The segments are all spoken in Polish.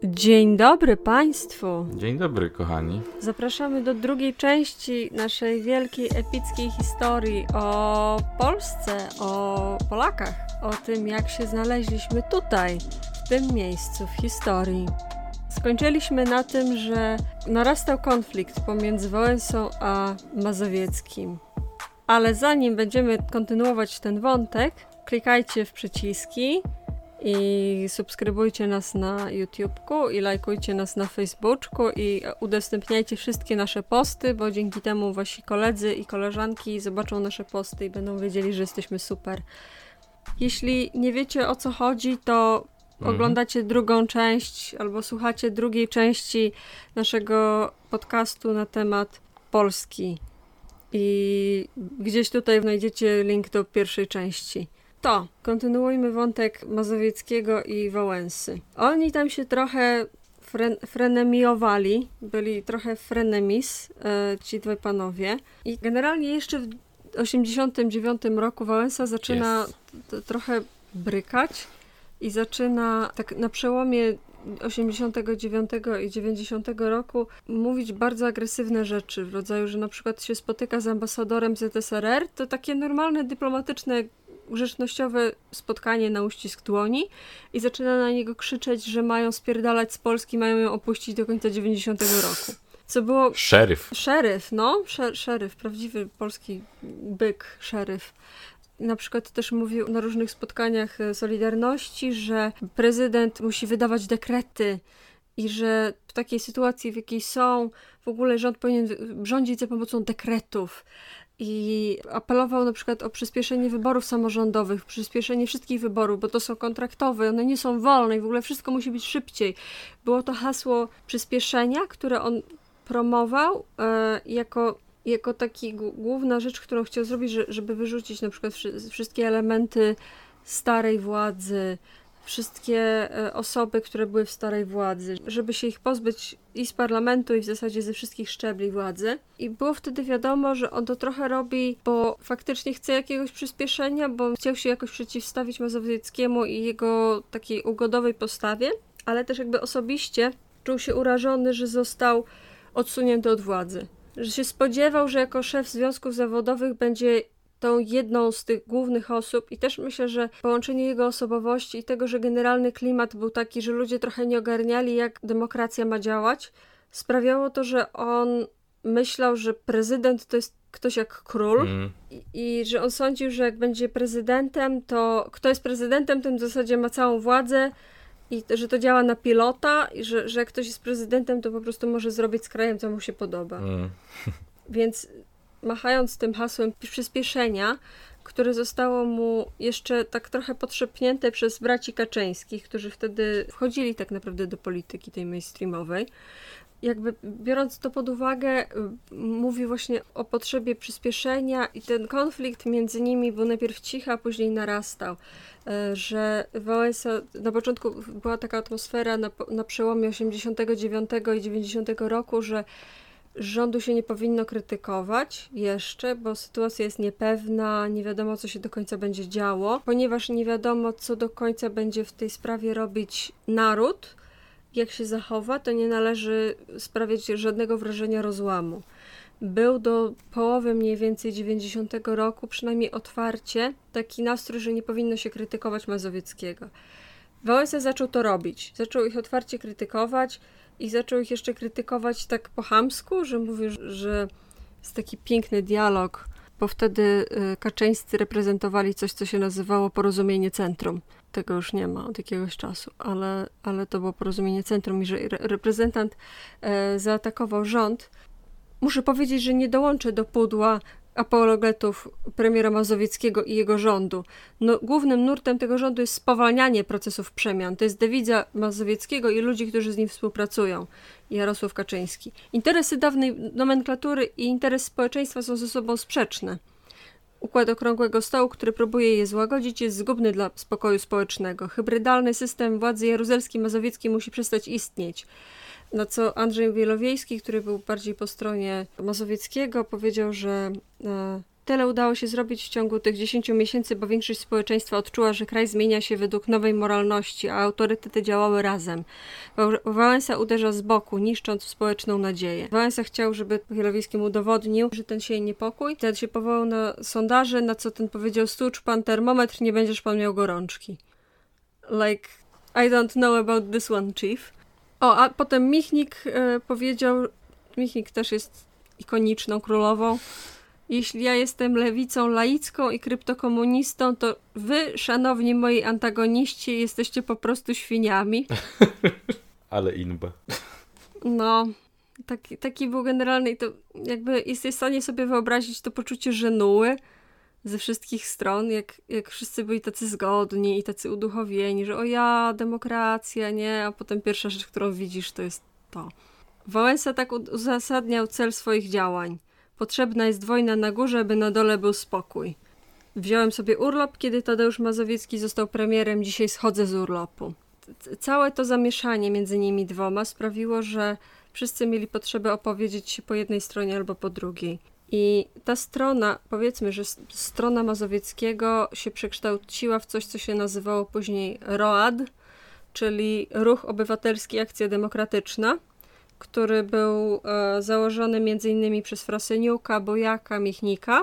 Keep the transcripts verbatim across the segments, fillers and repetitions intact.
Dzień dobry Państwu. Dzień dobry, kochani. Zapraszamy do drugiej części naszej wielkiej, epickiej historii o Polsce, o Polakach, o tym, jak się znaleźliśmy tutaj, w tym miejscu, w historii. Skończyliśmy na tym, że narastał konflikt pomiędzy Wałęsą a Mazowieckim. Ale zanim będziemy kontynuować ten wątek, klikajcie w przyciski i subskrybujcie nas na YouTubeku i lajkujcie nas na Facebooku i udostępniajcie wszystkie nasze posty, bo dzięki temu wasi koledzy i koleżanki zobaczą nasze posty i będą wiedzieli, że jesteśmy super. Jeśli nie wiecie, o co chodzi, to mhm. oglądacie drugą część albo słuchacie drugiej części naszego podcastu na temat Polski i gdzieś tutaj znajdziecie link do pierwszej części. To, kontynuujmy wątek Mazowieckiego i Wałęsy. Oni tam się trochę fre- frenemiowali, byli trochę frenemis, e, ci dwaj panowie. I generalnie jeszcze w osiemdziesiątym dziewiątym roku Wałęsa zaczyna yes. t- trochę brykać i zaczyna tak na przełomie osiemdziesiątego dziewiątego i dziewięćdziesiątego roku mówić bardzo agresywne rzeczy, w rodzaju, że na przykład się spotyka z ambasadorem Z S R R, to takie normalne, dyplomatyczne, grzecznościowe spotkanie na uścisk dłoni i zaczyna na niego krzyczeć, że mają spierdalać z Polski, mają ją opuścić do końca dziewięćdziesiątego roku. Co było... Szeryf. Szeryf, no. Szer- szeryf, prawdziwy polski byk, szeryf. Na przykład też mówił na różnych spotkaniach Solidarności, że prezydent musi wydawać dekrety i że w takiej sytuacji, w jakiej są, w ogóle rząd powinien rządzić za pomocą dekretów. I apelował na przykład o przyspieszenie wyborów samorządowych, przyspieszenie wszystkich wyborów, bo to są kontraktowe, one nie są wolne i w ogóle wszystko musi być szybciej. Było to hasło przyspieszenia, które on promował e, jako, jako taki g- główna rzecz, którą chciał zrobić, że, żeby wyrzucić na przykład wszy- wszystkie elementy starej władzy, wszystkie e, osoby, które były w starej władzy, żeby się ich pozbyć i z parlamentu, i w zasadzie ze wszystkich szczebli władzy. I było wtedy wiadomo, że on to trochę robi, bo faktycznie chce jakiegoś przyspieszenia, bo chciał się jakoś przeciwstawić Mazowieckiemu i jego takiej ugodowej postawie, ale też jakby osobiście czuł się urażony, że został odsunięty od władzy. Że się spodziewał, że jako szef związków zawodowych będzie tą jedną z tych głównych osób i też myślę, że połączenie jego osobowości i tego, że generalny klimat był taki, że ludzie trochę nie ogarniali, jak demokracja ma działać, sprawiało to, że on myślał, że prezydent to jest ktoś jak król mm. i, i że on sądził, że jak będzie prezydentem, to kto jest prezydentem, ten w zasadzie ma całą władzę i to, że to działa na pilota i że, że jak ktoś jest prezydentem, to po prostu może zrobić z krajem, co mu się podoba. Mm. Więc machając tym hasłem przyspieszenia, które zostało mu jeszcze tak trochę podszepnięte przez braci Kaczyńskich, którzy wtedy wchodzili tak naprawdę do polityki tej mainstreamowej, jakby biorąc to pod uwagę, mówi właśnie o potrzebie przyspieszenia i ten konflikt między nimi był najpierw cichy, a później narastał. Że Wałęsa, na początku była taka atmosfera na, na przełomie osiemdziesiątego dziewiątego i dziewięćdziesiątego roku, że rządu się nie powinno krytykować jeszcze, bo sytuacja jest niepewna, nie wiadomo, co się do końca będzie działo. Ponieważ nie wiadomo, co do końca będzie w tej sprawie robić naród, jak się zachowa, to nie należy sprawiać żadnego wrażenia rozłamu. Był do połowy mniej więcej dziewięćdziesiątego roku, przynajmniej otwarcie, taki nastrój, że nie powinno się krytykować Mazowieckiego. Wałęsa zaczął to robić. Zaczął ich otwarcie krytykować, i zaczął ich jeszcze krytykować tak po chamsku, że mówił, że jest taki piękny dialog, bo wtedy Kaczyńscy reprezentowali coś, co się nazywało Porozumienie Centrum. Tego już nie ma od jakiegoś czasu, ale, ale to było Porozumienie Centrum i że re- reprezentant e, zaatakował rząd. Muszę powiedzieć, że nie dołączę do pudła apologetów premiera Mazowieckiego i jego rządu. No, głównym nurtem tego rządu jest spowalnianie procesów przemian. To jest dewiza Mazowieckiego i ludzi, którzy z nim współpracują. Jarosław Kaczyński. Interesy dawnej nomenklatury i interes społeczeństwa są ze sobą sprzeczne. Układ okrągłego stołu, który próbuje je złagodzić, jest zgubny dla spokoju społecznego. Hybrydalny system władzy jaruzelskiej-mazowieckiej musi przestać istnieć. Na co Andrzej Wielowiejski, który był bardziej po stronie Mazowieckiego, powiedział, że e, Tyle udało się zrobić w ciągu tych dziesięciu miesięcy, bo większość społeczeństwa odczuła, że kraj zmienia się według nowej moralności, a autorytety działały razem. Wałęsa uderza z boku, niszcząc społeczną nadzieję. Wałęsa chciał, żeby Chmielowskiemu udowodnił, że ten się niepokój. Wtedy się powołał na sondaże, na co ten powiedział: stucz pan termometr, nie będziesz pan miał gorączki. Like, I don't know about this one, chief. O, a potem Michnik e, powiedział, Michnik też jest ikoniczną królową: jeśli ja jestem lewicą laicką i kryptokomunistą, to wy, szanowni moi antagoniści, jesteście po prostu świniami. Ale inba. No, taki, taki był generalny i to jakby jesteś w stanie sobie wyobrazić to poczucie żenuły ze wszystkich stron, jak, jak wszyscy byli tacy zgodni i tacy uduchowieni, że o ja, demokracja, nie? A potem pierwsza rzecz, którą widzisz, to jest to. Wałęsa tak uzasadniał cel swoich działań. Potrzebna jest wojna na górze, by na dole był spokój. Wziąłem sobie urlop, kiedy Tadeusz Mazowiecki został premierem, dzisiaj schodzę z urlopu. Całe to zamieszanie między nimi dwoma sprawiło, że wszyscy mieli potrzebę opowiedzieć się po jednej stronie albo po drugiej. I ta strona, powiedzmy, że strona Mazowieckiego się przekształciła w coś, co się nazywało później R O A D, czyli Ruch Obywatelski Akcja Demokratyczna, który był e, założony między innymi przez Frasyniuka, Bojaka, Michnika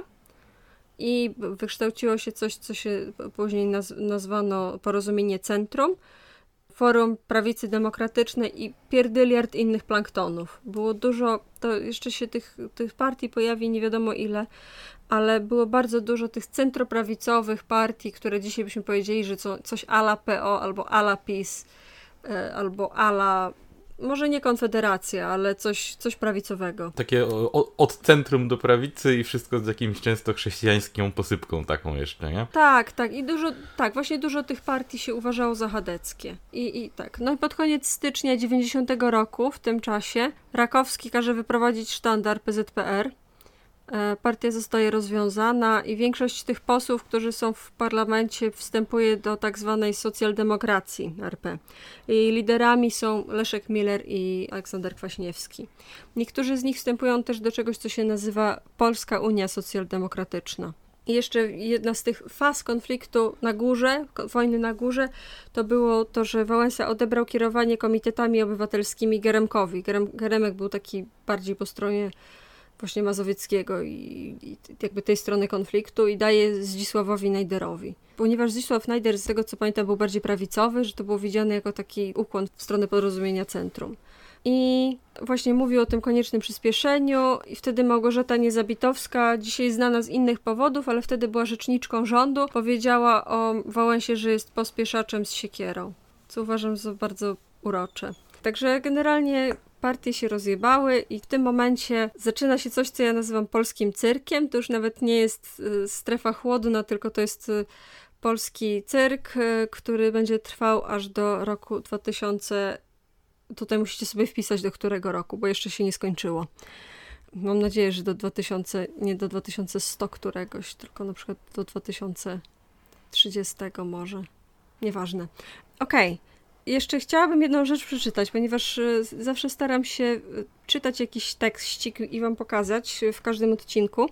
i wykształciło się coś, co się później naz- nazwano Porozumienie Centrum, Forum Prawicy Demokratycznej i pierdyliard innych planktonów. Było dużo, to jeszcze się tych, tych partii pojawi nie wiadomo ile, ale było bardzo dużo tych centroprawicowych partii, które dzisiaj byśmy powiedzieli, że co, coś a la P O albo a la PiS, e, albo a la może nie Konfederacja, ale coś, coś prawicowego. Takie o, od centrum do prawicy i wszystko z jakimś często chrześcijańską posypką taką jeszcze, nie? Tak, tak. I dużo, tak, właśnie dużo tych partii się uważało za chadeckie. I, i tak. No i pod koniec stycznia dziewięćdziesiątego roku, w tym czasie, Rakowski każe wyprowadzić sztandar P Z P R. Partia zostaje rozwiązana i większość tych posłów, którzy są w parlamencie, wstępuje do tak zwanej socjaldemokracji R P. I liderami są Leszek Miller i Aleksander Kwaśniewski. Niektórzy z nich wstępują też do czegoś, co się nazywa Polska Unia Socjaldemokratyczna. I jeszcze jedna z tych faz konfliktu na górze, wojny na górze, to było to, że Wałęsa odebrał kierowanie komitetami obywatelskimi Geremkowi. Gerem, Geremek był taki bardziej po stronie właśnie Mazowieckiego i, i jakby tej strony konfliktu i daje Zdzisławowi Najderowi. Ponieważ Zdzisław Najder, z tego co pamiętam, był bardziej prawicowy, że to było widziane jako taki ukłon w stronę Porozumienia Centrum. I właśnie mówił o tym koniecznym przyspieszeniu i wtedy Małgorzata Niezabitowska, dzisiaj znana z innych powodów, ale wtedy była rzeczniczką rządu, powiedziała o Wałęsie, że jest pospieszaczem z siekierą, co uważam za bardzo urocze. Także generalnie partie się rozjebały i w tym momencie zaczyna się coś, co ja nazywam polskim cyrkiem. To już nawet nie jest strefa chłodna, tylko to jest polski cyrk, który będzie trwał aż do roku dwa tysiące. Tutaj musicie sobie wpisać, do którego roku, bo jeszcze się nie skończyło. Mam nadzieję, że do dwa tysiące, nie do dwa tysiące sto któregoś, tylko na przykład do dwa tysiące trzydziestego może. Nieważne. Okej. Okay. Jeszcze chciałabym jedną rzecz przeczytać, ponieważ zawsze staram się czytać jakiś tekstik i wam pokazać w każdym odcinku.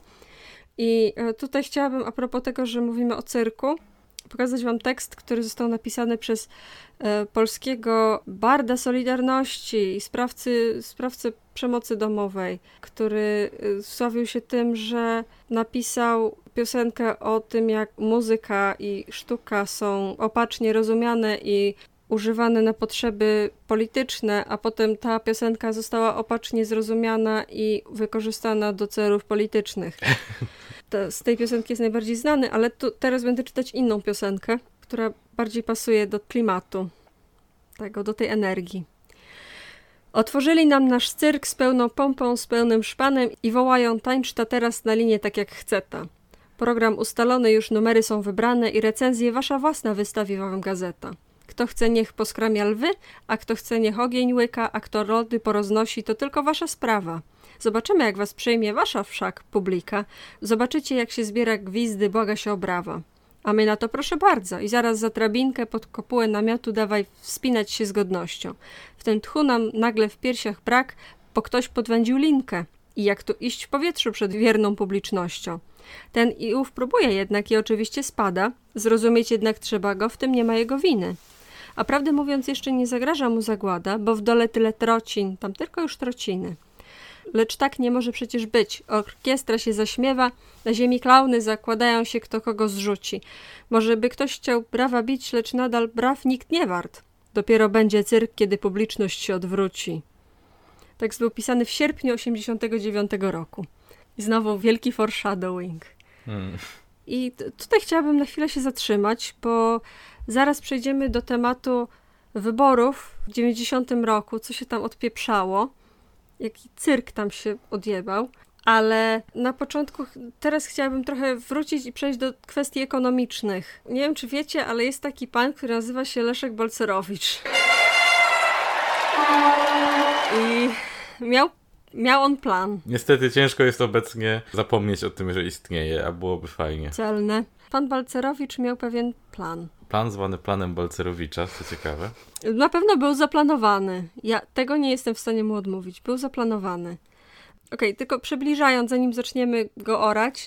I tutaj chciałabym, a propos tego, że mówimy o cyrku, pokazać wam tekst, który został napisany przez e, polskiego barda Solidarności i sprawcy, sprawcę przemocy domowej, który e, sławił się tym, że napisał piosenkę o tym, jak muzyka i sztuka są opacznie rozumiane i używane na potrzeby polityczne, a potem ta piosenka została opacznie zrozumiana i wykorzystana do celów politycznych. To, z tej piosenki jest najbardziej znany, ale tu, teraz będę czytać inną piosenkę, która bardziej pasuje do klimatu, tego, do tej energii. Otworzyli nam nasz cyrk z pełną pompą, z pełnym szpanem i wołają: tańcz ta teraz na linię tak jak chce ta. Program ustalony, już numery są wybrane i recenzje wasza własna wystawi wam gazeta. Kto chce, niech poskramia lwy, a kto chce, niech ogień łyka, a kto lody poroznosi, to tylko wasza sprawa. Zobaczymy, jak was przyjmie wasza wszak publika. Zobaczycie, jak się zbiera gwizdy, błaga się obrawa. A my na to proszę bardzo i zaraz za drabinkę pod kopułę namiotu dawaj wspinać się z godnością. W tym tchu nam nagle w piersiach brak, bo ktoś podwędził linkę. i jak tu iść w powietrzu przed wierną publicznością. Ten i ów próbuje jednak i oczywiście spada, zrozumieć jednak trzeba go, w tym nie ma jego winy. A prawdę mówiąc jeszcze nie zagraża mu zagłada, bo w dole tyle trocin, tam tylko już trociny. Lecz tak nie może przecież być. Orkiestra się zaśmiewa, na ziemi klauny zakładają się, kto kogo zrzuci. Może by ktoś chciał brawa bić, lecz nadal braw nikt nie wart. Dopiero będzie cyrk, kiedy publiczność się odwróci. Tekst był pisany w sierpniu osiemdziesiątego dziewiątego roku. I znowu wielki foreshadowing. Hmm. I t- tutaj chciałabym na chwilę się zatrzymać, bo zaraz przejdziemy do tematu wyborów w dziewięćdziesiątym roku, co się tam odpieprzało, jaki cyrk tam się odjebał. Ale na początku teraz chciałabym trochę wrócić i przejść do kwestii ekonomicznych. Nie wiem, czy wiecie, ale jest taki pan, który nazywa się Leszek Balcerowicz. I miał, miał on plan. Niestety ciężko jest obecnie zapomnieć o tym, że istnieje, a byłoby fajnie. Celne. Pan Balcerowicz miał pewien plan. Plan zwany planem Balcerowicza, co ciekawe. Na pewno był zaplanowany. Ja tego nie jestem w stanie mu odmówić. Był zaplanowany. Okej, okay, tylko przybliżając, zanim zaczniemy go orać,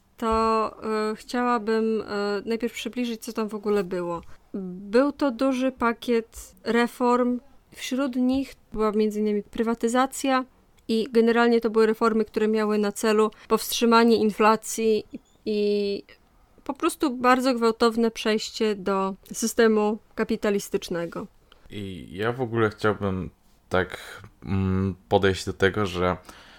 to y, chciałabym y, najpierw przybliżyć, co tam w ogóle było. Był to duży pakiet reform. Wśród nich była między innymi prywatyzacja i generalnie to były reformy, które miały na celu powstrzymanie inflacji i po prostu bardzo gwałtowne przejście do systemu kapitalistycznego. I ja w ogóle chciałbym tak mm, podejść do tego, że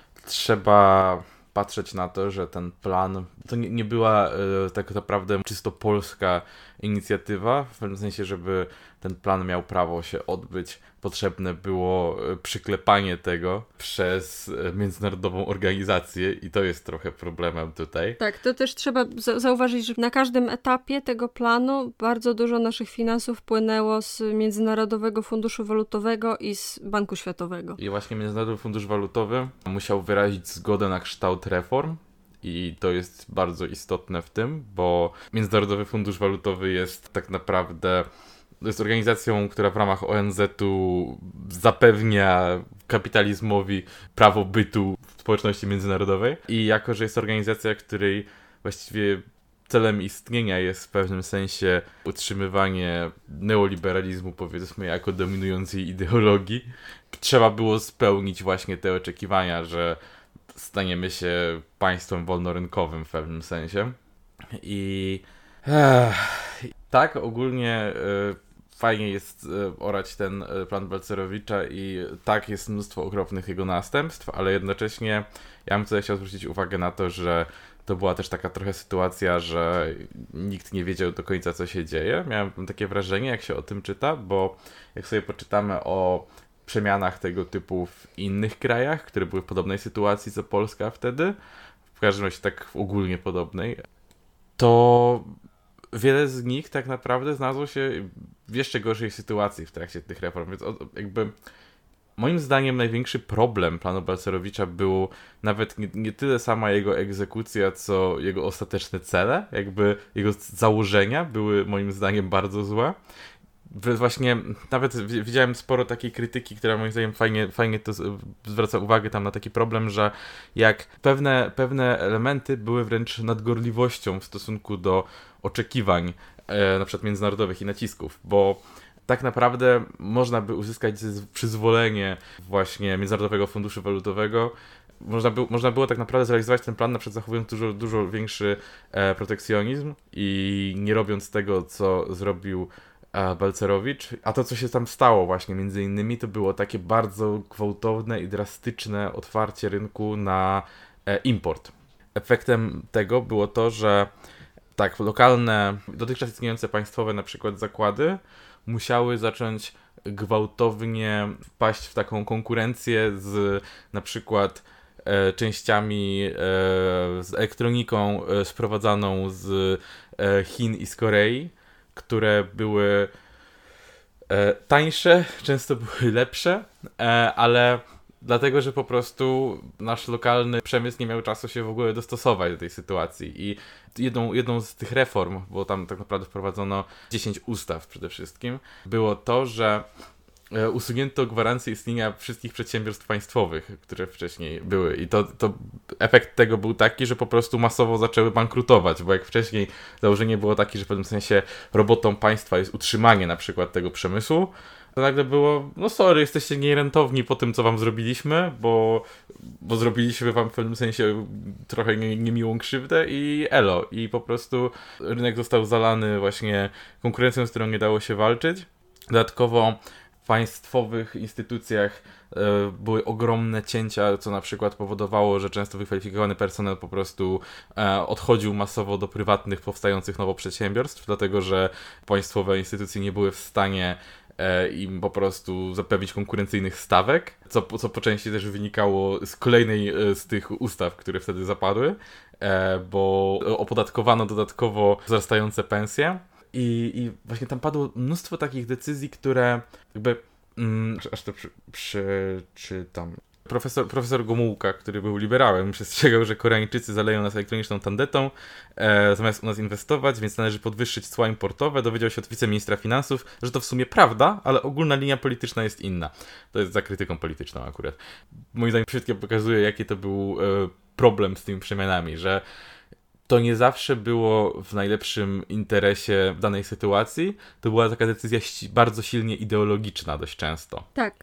trzeba patrzeć na to, że ten plan to nie, nie była y, tak naprawdę czysto polska inicjatywa, w pewnym sensie, żeby ten plan miał prawo się odbyć. Potrzebne było przyklepanie tego przez międzynarodową organizację i to jest trochę problemem tutaj. Tak, to też trzeba za- zauważyć, że na każdym etapie tego planu bardzo dużo naszych finansów płynęło z Międzynarodowego Funduszu Walutowego i z Banku Światowego. I właśnie Międzynarodowy Fundusz Walutowy musiał wyrazić zgodę na kształt reform. I to jest bardzo istotne w tym, bo Międzynarodowy Fundusz Walutowy jest tak naprawdę to jest organizacją, która w ramach O N Z-u zapewnia kapitalizmowi prawo bytu w społeczności międzynarodowej. I jako, że jest organizacja, której właściwie celem istnienia jest w pewnym sensie utrzymywanie neoliberalizmu, powiedzmy, jako dominującej ideologii, trzeba było spełnić właśnie te oczekiwania, że staniemy się państwem wolnorynkowym w pewnym sensie. I ech, tak, ogólnie y, fajnie jest y, orać ten y, plan Balcerowicza i tak jest mnóstwo okropnych jego następstw, ale jednocześnie ja bym tutaj chciał zwrócić uwagę na to, że to była też taka trochę sytuacja, że nikt nie wiedział do końca, co się dzieje. Miałem takie wrażenie, jak się o tym czyta, bo jak sobie poczytamy o przemianach tego typu w innych krajach, które były w podobnej sytuacji co Polska wtedy, w każdym razie tak ogólnie podobnej, to wiele z nich tak naprawdę znalazło się w jeszcze gorszej sytuacji w trakcie tych reform, więc jakby moim zdaniem największy problem planu Balcerowicza był nawet nie, nie tyle sama jego egzekucja, co jego ostateczne cele, jakby jego założenia były moim zdaniem bardzo złe. Właśnie nawet widziałem sporo takiej krytyki, która moim zdaniem fajnie, fajnie to zwraca uwagę tam na taki problem, że jak pewne, pewne elementy były wręcz nadgorliwością w stosunku do oczekiwań e, na przykład międzynarodowych i nacisków, bo tak naprawdę można by uzyskać przyzwolenie właśnie Międzynarodowego Funduszu Walutowego. Można, by, można było tak naprawdę zrealizować ten plan, na przykład zachowując dużo, dużo większy e, protekcjonizm i nie robiąc tego, co zrobił Balcerowicz, a to, co się tam stało właśnie między innymi, to było takie bardzo gwałtowne i drastyczne otwarcie rynku na e, import. Efektem tego było to, że tak, lokalne, dotychczas istniejące państwowe na przykład zakłady musiały zacząć gwałtownie wpaść w taką konkurencję z na przykład e, częściami, e, z elektroniką e, sprowadzaną z e, Chin i z Korei, które były e, tańsze, często były lepsze, e, ale dlatego, że po prostu nasz lokalny przemysł nie miał czasu się w ogóle dostosować do tej sytuacji. I jedną, jedną z tych reform, bo tam tak naprawdę wprowadzono dziesięć ustaw przede wszystkim, było to, że usunięto gwarancję istnienia wszystkich przedsiębiorstw państwowych, które wcześniej były. I to, to efekt tego był taki, że po prostu masowo zaczęły bankrutować, bo jak wcześniej założenie było takie, że w pewnym sensie robotą państwa jest utrzymanie na przykład tego przemysłu, to nagle było, no sorry, jesteście nierentowni po tym, co wam zrobiliśmy, bo, bo zrobiliśmy wam w pewnym sensie trochę nie, niemiłą krzywdę i elo. I po prostu rynek został zalany właśnie konkurencją, z którą nie dało się walczyć. Dodatkowo w państwowych instytucjach y, były ogromne cięcia, co na przykład powodowało, że często wykwalifikowany personel po prostu e, odchodził masowo do prywatnych, powstających nowo przedsiębiorstw, dlatego że państwowe instytucje nie były w stanie e, im po prostu zapewnić konkurencyjnych stawek, co, co po części też wynikało z kolejnej e, z tych ustaw, które wtedy zapadły, e, bo opodatkowano dodatkowo wzrastające pensje. I, I właśnie tam padło mnóstwo takich decyzji, które jakby, mm, aż to przy, przeczytam. Profesor, profesor Gomułka, który był liberałem, przestrzegał, że Koreańczycy zaleją nas elektroniczną tandetą, e, zamiast u nas inwestować, więc należy podwyższyć cła importowe. Dowiedział się od wiceministra finansów, że to w sumie prawda, ale ogólna linia polityczna jest inna. To jest za krytyką polityczną akurat. Moim zdaniem wszystkie pokazuje, jaki to był e, problem z tymi przemianami, że to nie zawsze było w najlepszym interesie w danej sytuacji. To była taka decyzja bardzo silnie ideologiczna dość często. Tak.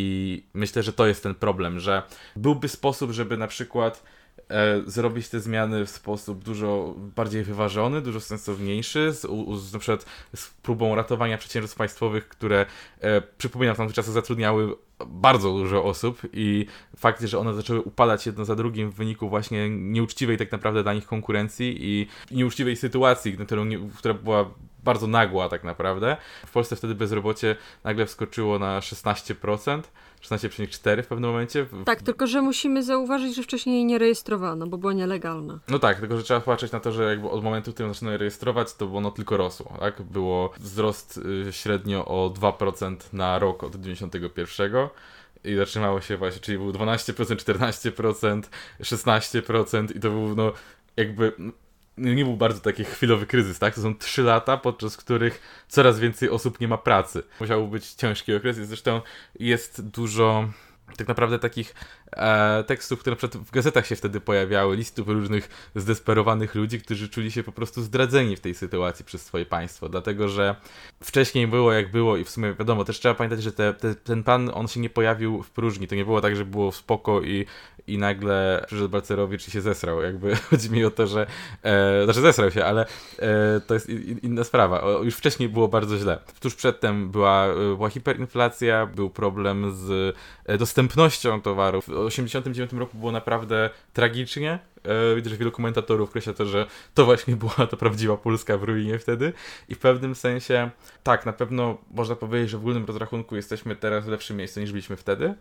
I myślę, że to jest ten problem, że byłby sposób, żeby na przykład e, zrobić te zmiany w sposób dużo bardziej wyważony, dużo sensowniejszy, z, u, z, na przykład z próbą ratowania przedsiębiorstw państwowych, które, e, przypominam, w tamtych czasach zatrudniały bardzo dużo osób i fakt, że one zaczęły upadać jedno za drugim w wyniku właśnie nieuczciwej tak naprawdę dla nich konkurencji i nieuczciwej sytuacji, którą nie, która była bardzo nagła tak naprawdę. W Polsce wtedy bezrobocie nagle wskoczyło na szesnaście procent, szesnaście przecinek cztery procent w pewnym momencie. Tak, tylko że musimy zauważyć, że wcześniej jej nie rejestrowano, bo była nielegalna. No tak, tylko że trzeba patrzeć na to, że jakby od momentu, w którym zaczynano je rejestrować, to ono tylko rosło, tak? Było wzrost y, średnio o dwa procent na rok od dziewięćdziesiątego pierwszego i zatrzymało się właśnie, czyli był dwanaście procent, czternaście procent, szesnaście procent i to był no jakby... nie był bardzo taki chwilowy kryzys, tak? To są trzy lata, podczas których coraz więcej osób nie ma pracy. Musiał być ciężki okres i zresztą jest dużo tak naprawdę takich e, tekstów, które na przykład w gazetach się wtedy pojawiały, listów różnych zdesperowanych ludzi, którzy czuli się po prostu zdradzeni w tej sytuacji przez swoje państwo, dlatego że wcześniej było jak było i w sumie wiadomo, też trzeba pamiętać, że te, te, ten pan, on się nie pojawił w próżni, to nie było tak, że było spoko i, i nagle przyszedł Balcerowicz i się zesrał, jakby chodzi mi o to, że e, znaczy zesrał się, ale e, to jest in, inna sprawa, o, już wcześniej było bardzo źle. Tuż przedtem była, była hiperinflacja, był problem z e, dostępnością towarów. W osiemdziesiątym dziewiątym roku było naprawdę tragicznie. E, widzę, że wielu komentatorów określa to, że to właśnie była ta prawdziwa Polska w ruinie wtedy i w pewnym sensie tak, na pewno można powiedzieć, że w ogólnym rozrachunku jesteśmy teraz w lepszym miejscu niż byliśmy wtedy,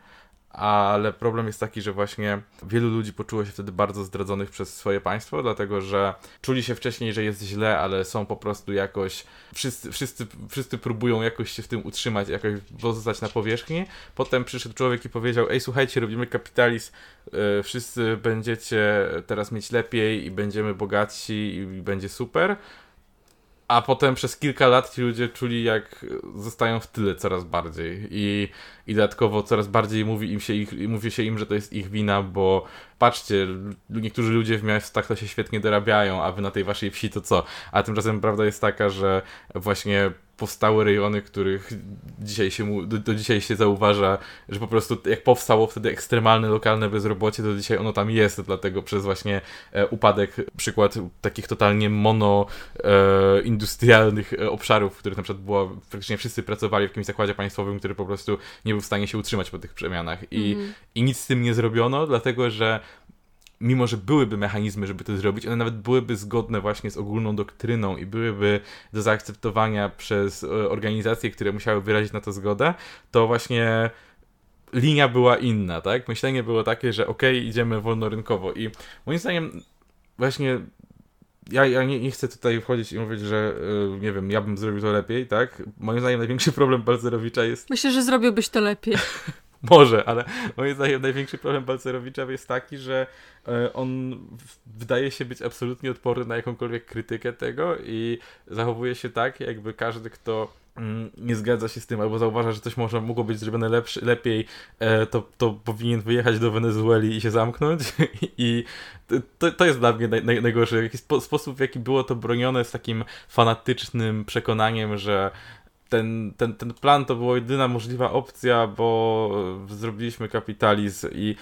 ale problem jest taki, że właśnie wielu ludzi poczuło się wtedy bardzo zdradzonych przez swoje państwo, dlatego że czuli się wcześniej, że jest źle, ale są po prostu jakoś, wszyscy, wszyscy, wszyscy próbują jakoś się w tym utrzymać, jakoś pozostać na powierzchni. Potem przyszedł człowiek i powiedział, ej słuchajcie, robimy kapitalizm, yy, wszyscy będziecie teraz mieć lepiej i będziemy bogatsi i będzie super. A potem przez kilka lat ci ludzie czuli, jak zostają w tyle coraz bardziej i, i dodatkowo coraz bardziej mówi im się ich, mówi się im, że to jest ich wina, bo patrzcie, niektórzy ludzie w miastach to się świetnie dorabiają, a wy na tej waszej wsi to co? A tymczasem prawda jest taka, że właśnie powstały rejony, których dzisiaj się, do, do dzisiaj się zauważa, że po prostu jak powstało wtedy ekstremalne lokalne bezrobocie, to dzisiaj ono tam jest, dlatego przez właśnie e, upadek, przykład takich totalnie mono e, industrialnych e, obszarów, w których na przykład było, praktycznie wszyscy pracowali w jakimś zakładzie państwowym, który po prostu nie był w stanie się utrzymać po tych przemianach i, mm. i nic z tym nie zrobiono, dlatego że mimo, że byłyby mechanizmy, żeby to zrobić, one nawet byłyby zgodne właśnie z ogólną doktryną i byłyby do zaakceptowania przez organizacje, które musiały wyrazić na to zgodę, to właśnie linia była inna, tak? Myślenie było takie, że okej, okay, idziemy wolnorynkowo i moim zdaniem właśnie ja, ja nie, nie chcę tutaj wchodzić i mówić, że yy, nie wiem, ja bym zrobił to lepiej, tak? Moim zdaniem największy problem Balcerowicza jest... Myślę, że zrobiłbyś to lepiej. Może, ale moim zdaniem największy problem Balcerowicza jest taki, że on wydaje się być absolutnie odporny na jakąkolwiek krytykę tego i zachowuje się tak, jakby każdy, kto nie zgadza się z tym, albo zauważa, że coś może mogło być zrobione lepszy, lepiej, to, to powinien wyjechać do Wenezueli i się zamknąć. I to, to jest dla mnie naj, naj, najgorszy. Spo, sposób, w jaki było to bronione, z takim fanatycznym przekonaniem, że ten, ten, ten plan to była jedyna możliwa opcja, bo zrobiliśmy kapitalizm i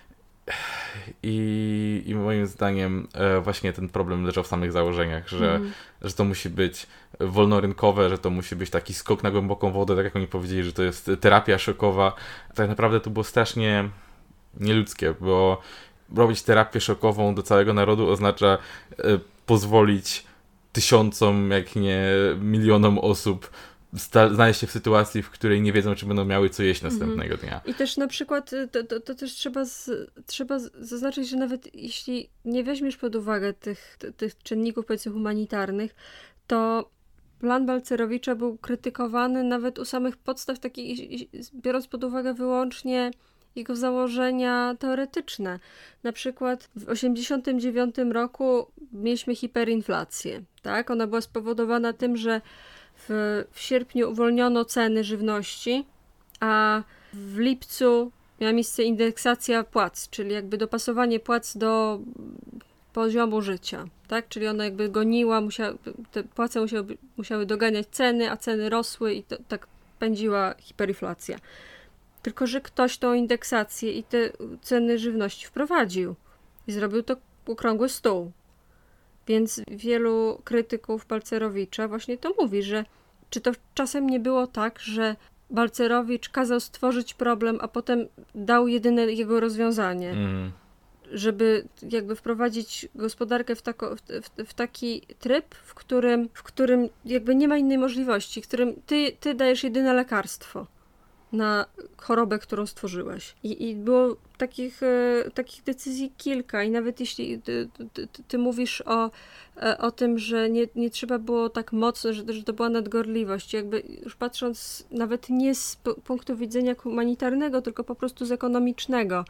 I, I moim zdaniem e, właśnie ten problem leżał w samych założeniach, że, mm. że to musi być wolnorynkowe, że to musi być taki skok na głęboką wodę, tak jak oni powiedzieli, że to jest terapia szokowa. Tak naprawdę to było strasznie nieludzkie, bo robić terapię szokową do całego narodu oznacza e, pozwolić tysiącom, jak nie milionom osób sta- znaleźć się w sytuacji, w której nie wiedzą, czy będą miały co jeść następnego dnia. I też na przykład, to, to, to też trzeba, z, trzeba zaznaczyć, że nawet jeśli nie weźmiesz pod uwagę tych, tych czynników, powiedzmy, humanitarnych, to plan Balcerowicza był krytykowany nawet u samych podstaw, takich, biorąc pod uwagę wyłącznie jego założenia teoretyczne. Na przykład w osiemdziesiątym dziewiątym roku mieliśmy hiperinflację, tak? Ona była spowodowana tym, że w, w sierpniu uwolniono ceny żywności, a w lipcu miała miejsce indeksacja płac, czyli jakby dopasowanie płac do poziomu życia, tak? Czyli ona jakby goniła, musiała, te płace musiały, musiały doganiać ceny, a ceny rosły i to, tak pędziła hiperinflacja. Tylko że ktoś tą indeksację i te ceny żywności wprowadził i zrobił to okrągły stół. Więc wielu krytyków Balcerowicza właśnie to mówi, że czy to czasem nie było tak, że Balcerowicz kazał stworzyć problem, a potem dał jedyne jego rozwiązanie, mm. żeby jakby wprowadzić gospodarkę w, tako, w, w, w taki tryb, w którym, w którym jakby nie ma innej możliwości, w którym ty, ty dajesz jedyne lekarstwo na chorobę, którą stworzyłeś. I, i było takich, e, takich decyzji kilka i nawet jeśli ty, ty, ty mówisz o, e, o tym, że nie, nie trzeba było tak mocno, że, że to była nadgorliwość, jakby już patrząc nawet nie z p- punktu widzenia humanitarnego, tylko po prostu z ekonomicznego.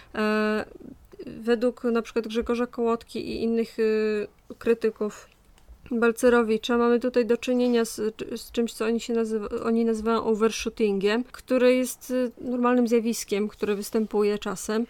E, według na przykład Grzegorza Kołotki i innych e, krytyków Balcerowicza mamy tutaj do czynienia z, z czymś, co oni się nazywa, oni nazywają overshootingiem, które jest normalnym zjawiskiem, które występuje czasem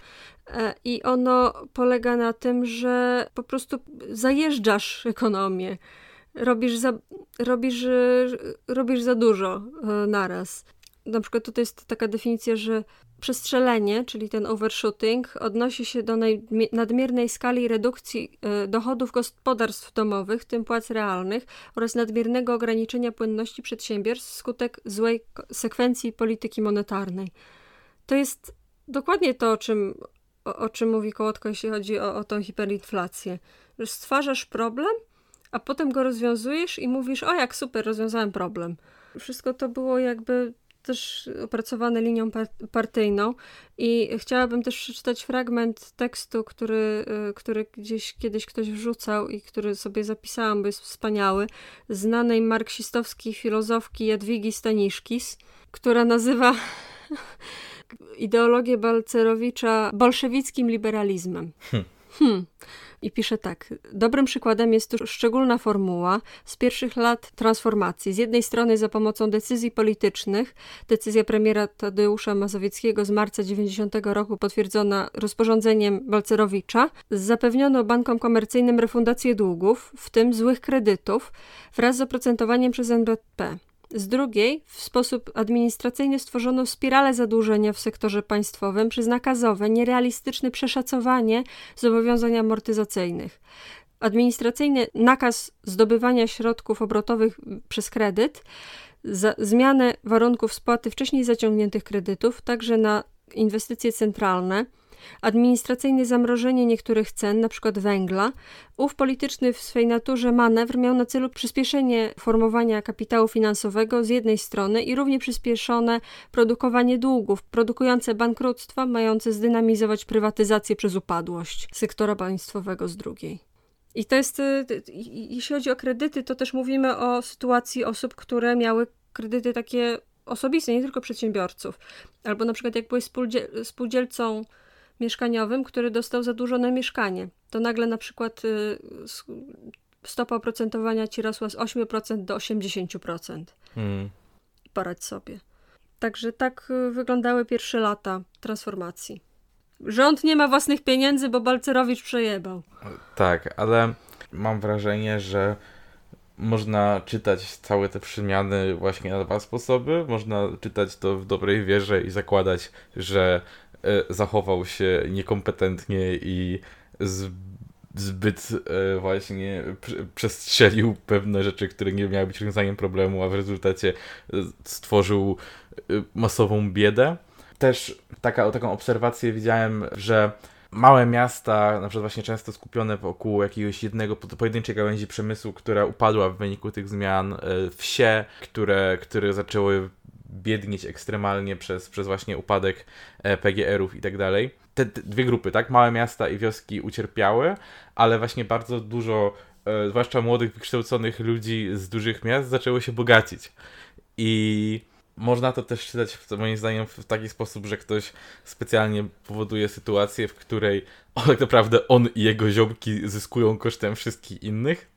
i ono polega na tym, że po prostu zajeżdżasz ekonomię, robisz za, robisz, robisz za dużo naraz. Na przykład tutaj jest taka definicja, że przestrzelenie, czyli ten overshooting, odnosi się do nadmiernej skali redukcji dochodów gospodarstw domowych, w tym płac realnych, oraz nadmiernego ograniczenia płynności przedsiębiorstw wskutek złej sekwencji polityki monetarnej. To jest dokładnie to, o czym, o, o czym mówi Kołotka, jeśli chodzi o, o tą hiperinflację. Że stwarzasz problem, a potem go rozwiązujesz i mówisz, o jak super, rozwiązałem problem. Wszystko to było jakby też opracowane linią partyjną i chciałabym też przeczytać fragment tekstu, który, który gdzieś kiedyś ktoś wrzucał i który sobie zapisałam, bo jest wspaniały, znanej marksistowskiej filozofki Jadwigi Staniszkis, która nazywa ideologię Balcerowicza bolszewickim liberalizmem. Hmm. Hmm. I pisze tak. Dobrym przykładem jest tu szczególna formuła z pierwszych lat transformacji. Z jednej strony za pomocą decyzji politycznych, decyzja premiera Tadeusza Mazowieckiego z marca dziewięćdziesiątego roku potwierdzona rozporządzeniem Balcerowicza, zapewniono bankom komercyjnym refundację długów, w tym złych kredytów, wraz z oprocentowaniem przez en be pe. Z drugiej, w sposób administracyjny stworzono spiralę zadłużenia w sektorze państwowym przez nakazowe, nierealistyczne przeszacowanie zobowiązań amortyzacyjnych. Administracyjny nakaz zdobywania środków obrotowych przez kredyt, za, zmianę warunków spłaty wcześniej zaciągniętych kredytów, także na inwestycje centralne, administracyjne zamrożenie niektórych cen, np. węgla. Ów polityczny w swej naturze manewr miał na celu przyspieszenie formowania kapitału finansowego z jednej strony i równie przyspieszone produkowanie długów, produkujące bankructwa, mające zdynamizować prywatyzację przez upadłość sektora państwowego z drugiej. I to jest, jeśli chodzi o kredyty, to też mówimy o sytuacji osób, które miały kredyty takie osobiste, nie tylko przedsiębiorców. Albo na przykład jak byłeś spółdziel- spółdzielcą mieszkaniowym, który dostał zadłużone mieszkanie, to nagle na przykład y, stopa oprocentowania ci rosła z osiem procent do osiemdziesiąt procent. Hmm. porać sobie. Także tak wyglądały pierwsze lata transformacji. Rząd nie ma własnych pieniędzy, bo Balcerowicz przejebał. Tak, ale mam wrażenie, że można czytać całe te przemiany właśnie na dwa sposoby. Można czytać to w dobrej wierze i zakładać, że e, zachował się niekompetentnie i z, zbyt e, właśnie prze, przestrzelił pewne rzeczy, które nie miały być rozwiązaniem problemu, a w rezultacie e, stworzył e, masową biedę. Też taka, taką obserwację widziałem, że małe miasta, na przykład właśnie często skupione wokół jakiegoś jednego pojedynczej gałęzi przemysłu, która upadła w wyniku tych zmian, wsie, które, które zaczęły biednieć ekstremalnie przez, przez właśnie upadek P G R-ów i tak dalej. Te, te dwie grupy, tak? Małe miasta i wioski ucierpiały, ale właśnie bardzo dużo, e, zwłaszcza młodych, wykształconych ludzi z dużych miast zaczęło się bogacić. I można to też czytać, moim zdaniem, w taki sposób, że ktoś specjalnie powoduje sytuację, w której o, tak naprawdę on i jego ziomki zyskują kosztem wszystkich innych.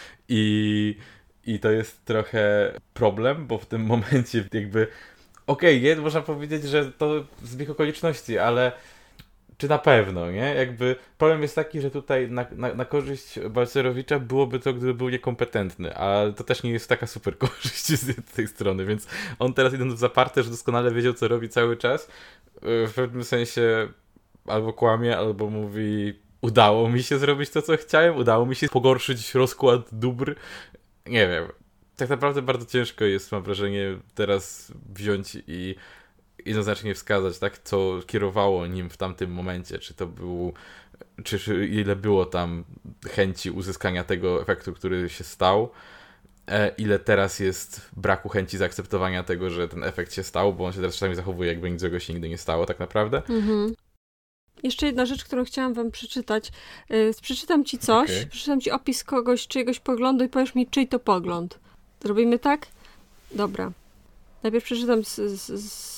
I, i to jest trochę problem, bo w tym momencie jakby okej, okay, można powiedzieć, że to zbieg okoliczności, ale czy na pewno, nie? Jakby problem jest taki, że tutaj na, na, na korzyść Balcerowicza byłoby to, gdyby był niekompetentny, a to też nie jest taka super korzyść z tej strony, więc on teraz idąc w zaparte, że doskonale wiedział, co robi cały czas, w pewnym sensie albo kłamie, albo mówi udało mi się zrobić to, co chciałem, udało mi się pogorszyć rozkład dóbr, nie wiem. Tak naprawdę bardzo ciężko jest, mam wrażenie, teraz wziąć i jednoznacznie wskazać, tak, co kierowało nim w tamtym momencie, czy to był, czy, czy ile było tam chęci uzyskania tego efektu, który się stał, e, ile teraz jest braku chęci zaakceptowania tego, że ten efekt się stał, bo on się teraz czasami zachowuje, jakby nic złego się nigdy nie stało, tak naprawdę. Mhm. Jeszcze jedna rzecz, którą chciałam wam przeczytać. Yy, przeczytam ci coś, okay. Przeczytam ci opis kogoś, czyjegoś poglądu i powiesz mi, czyj to pogląd. Zrobimy tak? Dobra. Najpierw przeczytam z, z, z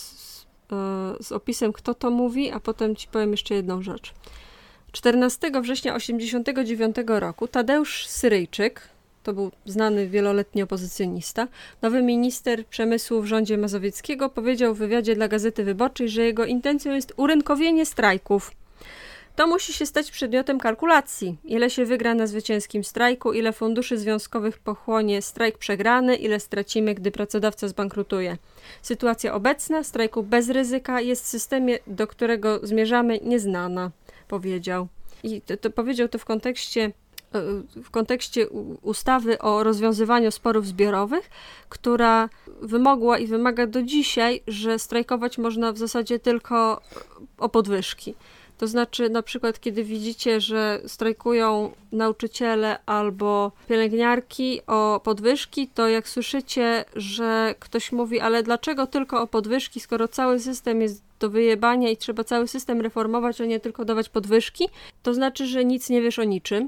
z opisem, kto to mówi, a potem ci powiem jeszcze jedną rzecz. czternastego września osiemdziesiątego dziewiątego roku Tadeusz Syryjczyk, to był znany wieloletni opozycjonista, nowy minister przemysłu w rządzie Mazowieckiego, powiedział w wywiadzie dla Gazety Wyborczej, że jego intencją jest urynkowienie strajków. To musi się stać przedmiotem kalkulacji. Ile się wygra na zwycięskim strajku, ile funduszy związkowych pochłonie strajk przegrany, ile stracimy, gdy pracodawca zbankrutuje. Sytuacja obecna, strajku bez ryzyka, jest w systemie, do którego zmierzamy, nieznana, powiedział. I to, to powiedział to w kontekście, w kontekście ustawy o rozwiązywaniu sporów zbiorowych, która wymogła i wymaga do dzisiaj, że strajkować można w zasadzie tylko o podwyżki. To znaczy, na przykład, kiedy widzicie, że strajkują nauczyciele albo pielęgniarki o podwyżki, to jak słyszycie, że ktoś mówi, ale dlaczego tylko o podwyżki, skoro cały system jest do wyjebania i trzeba cały system reformować, a nie tylko dawać podwyżki, to znaczy, że nic nie wiesz o niczym.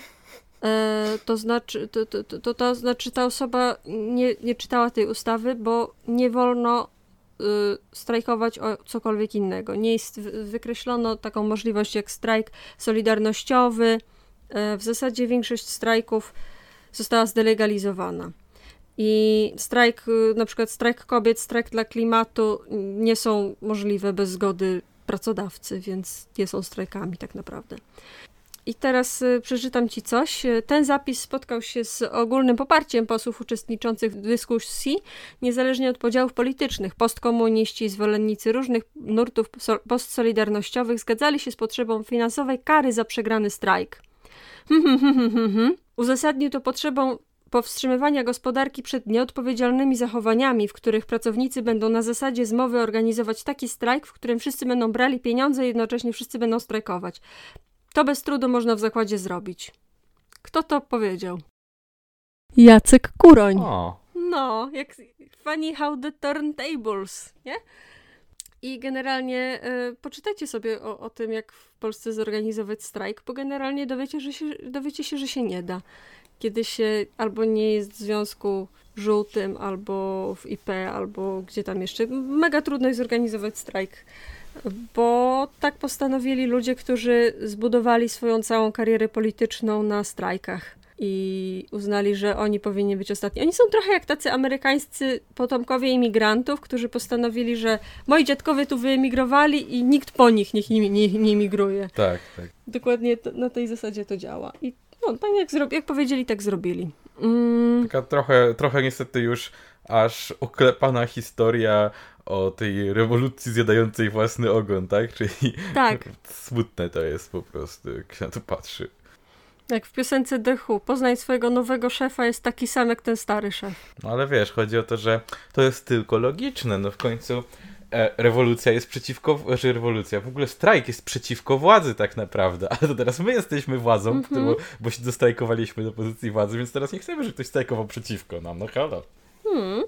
E, to znaczy, to, to, to, to znaczy, ta osoba nie, nie czytała tej ustawy, bo nie wolno strajkować o cokolwiek innego. Nie jest, wykreślono taką możliwość jak strajk solidarnościowy. W zasadzie większość strajków została zdelegalizowana. I strajk, na przykład strajk kobiet, strajk dla klimatu nie są możliwe bez zgody pracodawcy, więc nie są strajkami tak naprawdę. I teraz przeczytam ci coś. Ten zapis spotkał się z ogólnym poparciem posłów uczestniczących w dyskusji, niezależnie od podziałów politycznych. Postkomuniści i zwolennicy różnych nurtów postsolidarnościowych zgadzali się z potrzebą finansowej kary za przegrany strajk. Uzasadnił to potrzebą powstrzymywania gospodarki przed nieodpowiedzialnymi zachowaniami, w których pracownicy będą na zasadzie zmowy organizować taki strajk, w którym wszyscy będą brali pieniądze i jednocześnie wszyscy będą strajkować. To bez trudu można w zakładzie zrobić. Kto to powiedział? Jacek Kuroń. O. No, jak funny how the turntables, nie? I generalnie y, poczytajcie sobie o, o tym, jak w Polsce zorganizować strajk, bo generalnie dowiecie, że się, dowiecie się, że się nie da. Kiedy się albo nie jest w Związku Żółtym, albo w I P, albo gdzie tam jeszcze. Mega trudno jest zorganizować strajk. Bo tak postanowili ludzie, którzy zbudowali swoją całą karierę polityczną na strajkach. i uznali, że oni powinni być ostatni. Oni są trochę jak tacy amerykańscy potomkowie imigrantów, którzy postanowili, że moi dziadkowie tu wyemigrowali i nikt po nich niech nie, nie, nie emigruje. Tak, tak. Dokładnie to, na tej zasadzie to działa. I no, tak jak, zro- jak powiedzieli, tak zrobili. Mm. Taka trochę, trochę niestety już aż oklepana historia o tej rewolucji zjadającej własny ogon, tak? Czyli tak. Smutne to jest po prostu, jak się na to patrzy. Jak w piosence The Who, poznaj swojego nowego szefa, jest taki sam jak ten stary szef. No ale wiesz, chodzi o to, że to jest tylko logiczne, no w końcu e, rewolucja jest przeciwko, znaczy rewolucja, w ogóle strajk jest przeciwko władzy tak naprawdę, ale to teraz my jesteśmy władzą, mm-hmm. którą, bo się dostrajkowaliśmy do pozycji władzy, więc teraz nie chcemy, żeby ktoś strajkował przeciwko nam, no halo. Hmm.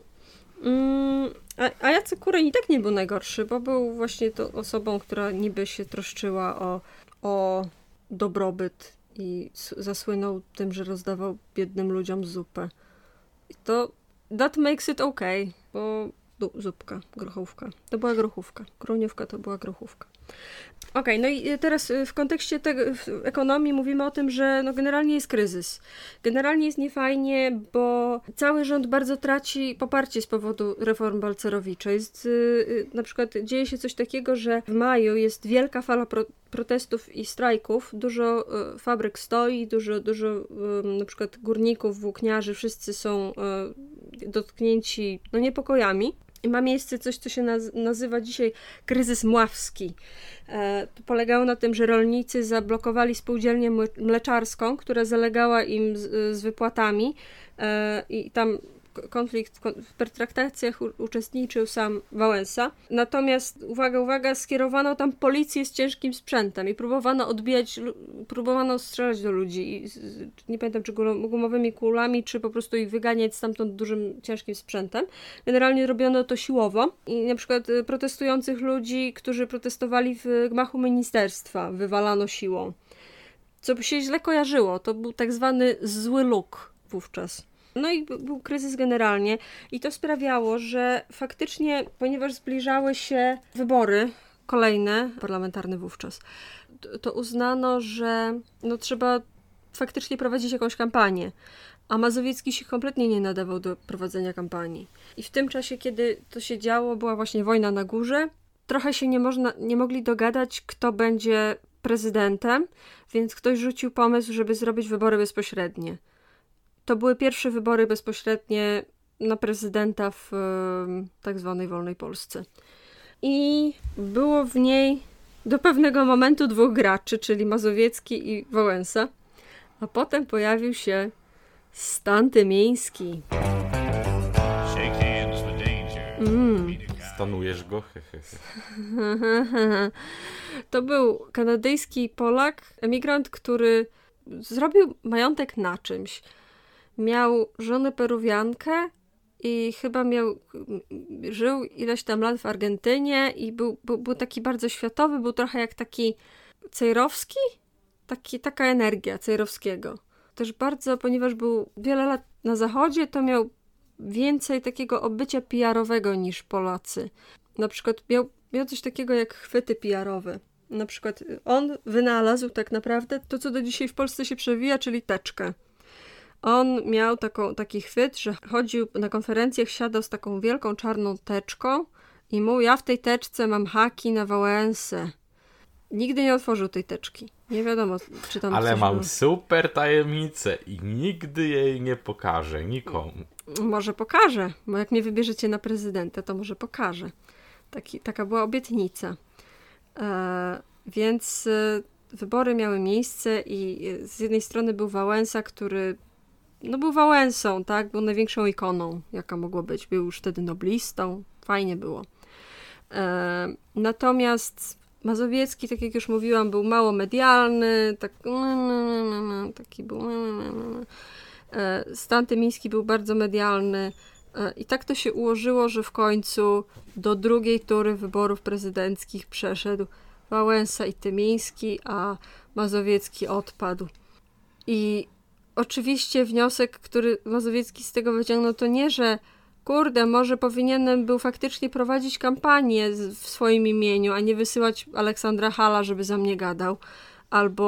Mm, a, a Jacek Kuroń i tak nie był najgorszy, bo był właśnie tą osobą, która niby się troszczyła o, o dobrobyt i zasłynął tym, że rozdawał biednym ludziom zupę. I to that makes it okay, bo zupka, grochówka. To była grochówka. Kuroniówka to była grochówka. Okej, okay, no i teraz w kontekście tego, w ekonomii mówimy o tym, że no generalnie jest kryzys. Generalnie jest niefajnie, bo cały rząd bardzo traci poparcie z powodu reform Balcerowicza. Jest, yy, na przykład dzieje się coś takiego, że w maju jest wielka fala pro, protestów i strajków. Dużo yy, fabryk stoi, dużo, dużo yy, na przykład górników, włókniarzy, wszyscy są yy, dotknięci no, niepokojami. I ma miejsce coś, co się naz- nazywa dzisiaj kryzys mławski. E, to polegało na tym, że rolnicy zablokowali spółdzielnię mleczarską, która zalegała im z, z wypłatami e, i tam konflikt, w pertraktacjach u, uczestniczył sam Wałęsa. Natomiast, uwaga, uwaga, skierowano tam policję z ciężkim sprzętem i próbowano odbijać, próbowano strzelać do ludzi. I, nie pamiętam, czy gumowymi kulami, czy po prostu ich wyganiać stamtąd dużym, ciężkim sprzętem. Generalnie robiono to siłowo i na przykład protestujących ludzi, którzy protestowali w gmachu ministerstwa, wywalano siłą. Co się źle kojarzyło, to był tak zwany zły luk wówczas. No i był kryzys generalnie i to sprawiało, że faktycznie, ponieważ zbliżały się wybory kolejne, parlamentarne wówczas, to uznano, że no trzeba faktycznie prowadzić jakąś kampanię, a Mazowiecki się kompletnie nie nadawał do prowadzenia kampanii. I w tym czasie, kiedy to się działo, była właśnie wojna na górze, trochę się nie, można, nie mogli dogadać, kto będzie prezydentem, więc ktoś rzucił pomysł, żeby zrobić wybory bezpośrednie. To były pierwsze wybory bezpośrednie na prezydenta w tak zwanej wolnej Polsce. I było w niej do pewnego momentu dwóch graczy, czyli Mazowiecki i Wałęsa, a potem pojawił się Stan Tymiński. Mm. Stanujesz go? To był kanadyjski Polak, emigrant, który zrobił majątek na czymś. Miał żonę Peruwiankę i chyba miał, żył ileś tam lat w Argentynie i był, był, był taki bardzo światowy, był trochę jak taki Cejrowski, taki, taka energia Cejrowskiego. Też bardzo, ponieważ był wiele lat na zachodzie, to miał więcej takiego obycia P R-owego niż Polacy. Na przykład miał, miał coś takiego jak chwyty P R-owe. Na przykład on wynalazł tak naprawdę to, co do dzisiaj w Polsce się przewija, czyli teczkę. On miał taką, taki chwyt, że chodził na konferencjach, siadał z taką wielką czarną teczką i mówił, ja w tej teczce mam haki na Wałęsę. Nigdy nie otworzył tej teczki. Nie wiadomo, czy tam Ale coś mam było. super tajemnicę i nigdy jej nie pokażę nikomu. Może pokażę, bo jak mnie wybierzecie na prezydenta, to może pokażę. Taki, taka była obietnica. E, więc e, wybory miały miejsce i z jednej strony był Wałęsa, który no był Wałęsą, tak? Był największą ikoną, jaka mogła być. Był już wtedy noblistą. Fajnie było. E, natomiast Mazowiecki, tak jak już mówiłam, był mało medialny, tak, taki był. E, Stan Tymiński był bardzo medialny. E, I tak to się ułożyło, że w końcu do drugiej tury wyborów prezydenckich przeszedł Wałęsa i Tymiński, a Mazowiecki odpadł. I oczywiście wniosek, który Mazowiecki z tego wyciągnął, to nie, że kurde, może powinienem był faktycznie prowadzić kampanię w swoim imieniu, a nie wysyłać Aleksandra Halla, żeby za mnie gadał. Albo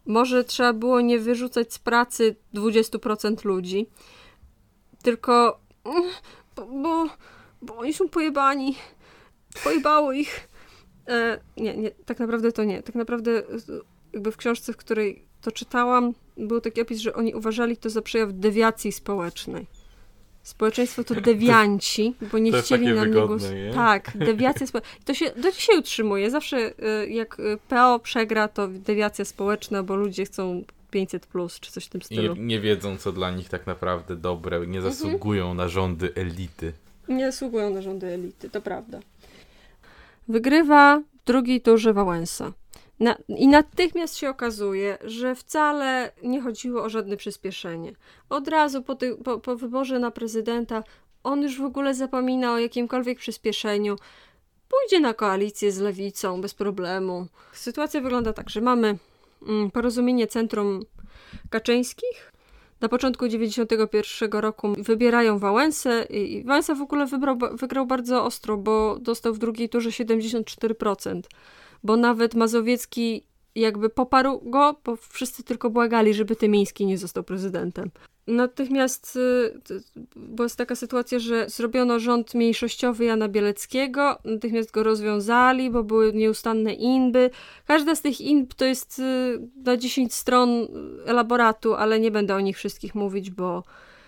Może trzeba było nie wyrzucać z pracy dwadzieścia procent ludzi, tylko bo, bo, bo oni są pojebani. Pojebało ich. E, nie, nie, tak naprawdę to nie. Tak naprawdę jakby w książce, w której to czytałam, był taki opis, że oni uważali to za przejaw dewiacji społecznej. Społeczeństwo to dewianci, bo nie to chcieli na niego... Tak, dewiacja społeczna. To się do dzisiaj utrzymuje. Zawsze jak P O przegra, to dewiacja społeczna, bo ludzie chcą pięćset plus, czy coś w tym stylu. I nie wiedzą, co dla nich tak naprawdę dobre. Nie zasługują mhm. na rządy elity. Nie zasługują na rządy elity, to prawda. Wygrywa w drugiej turze Wałęsa. Na, I natychmiast się okazuje, że wcale nie chodziło o żadne przyspieszenie. Od razu po, ty, po, po wyborze na prezydenta on już w ogóle zapomina o jakimkolwiek przyspieszeniu. Pójdzie na koalicję z lewicą bez problemu. Sytuacja wygląda tak, że mamy mm, porozumienie Centrum Kaczyńskich. Na początku dziewięćdziesiątego pierwszego roku wybierają Wałęsę i Wałęsa w ogóle wybrał, wygrał bardzo ostro, bo dostał w drugiej turze siedemdziesiąt cztery procent. Bo nawet Mazowiecki jakby poparł go, bo wszyscy tylko błagali, żeby Tymiński nie został prezydentem. Natychmiast była taka sytuacja, że zrobiono rząd mniejszościowy Jana Bieleckiego, natychmiast go rozwiązali, bo były nieustanne inby. Każda z tych inb to jest na dziesięć stron elaboratu, ale nie będę o nich wszystkich mówić, bo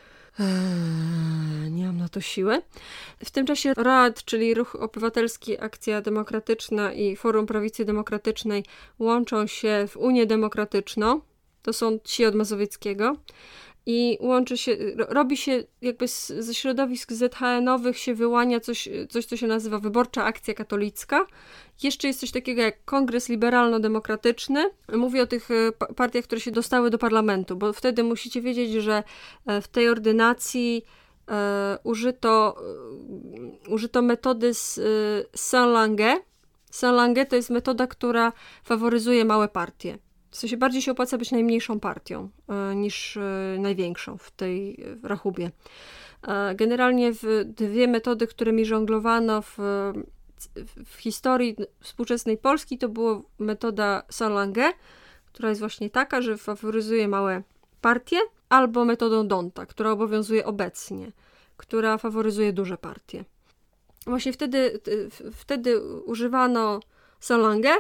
Eee, nie mam na to siły. W tym czasie R A D, czyli Ruch Obywatelski, Akcja Demokratyczna i Forum Prawicy Demokratycznej łączą się w Unię Demokratyczną. To są ci od Mazowieckiego. I łączy się, robi się jakby z, ze środowisk zet ha enowych się wyłania coś, coś, co się nazywa Wyborcza Akcja Katolicka. Jeszcze jest coś takiego jak Kongres Liberalno-Demokratyczny. Mówię o tych partiach, które się dostały do parlamentu, bo wtedy musicie wiedzieć, że w tej ordynacji e, użyto, e, użyto metody z e, Saint-Lange. Saint-Lange to jest metoda, która faworyzuje małe partie. W sensie bardziej się opłaca być najmniejszą partią e, niż e, największą w tej w rachubie. E, generalnie w dwie metody, którymi żonglowano w, w historii współczesnej Polski, to była metoda Saint-Lange, która jest właśnie taka, że faworyzuje małe partie, albo metodą Donta, która obowiązuje obecnie, która faworyzuje duże partie. Właśnie wtedy, wtedy używano Saint-Lange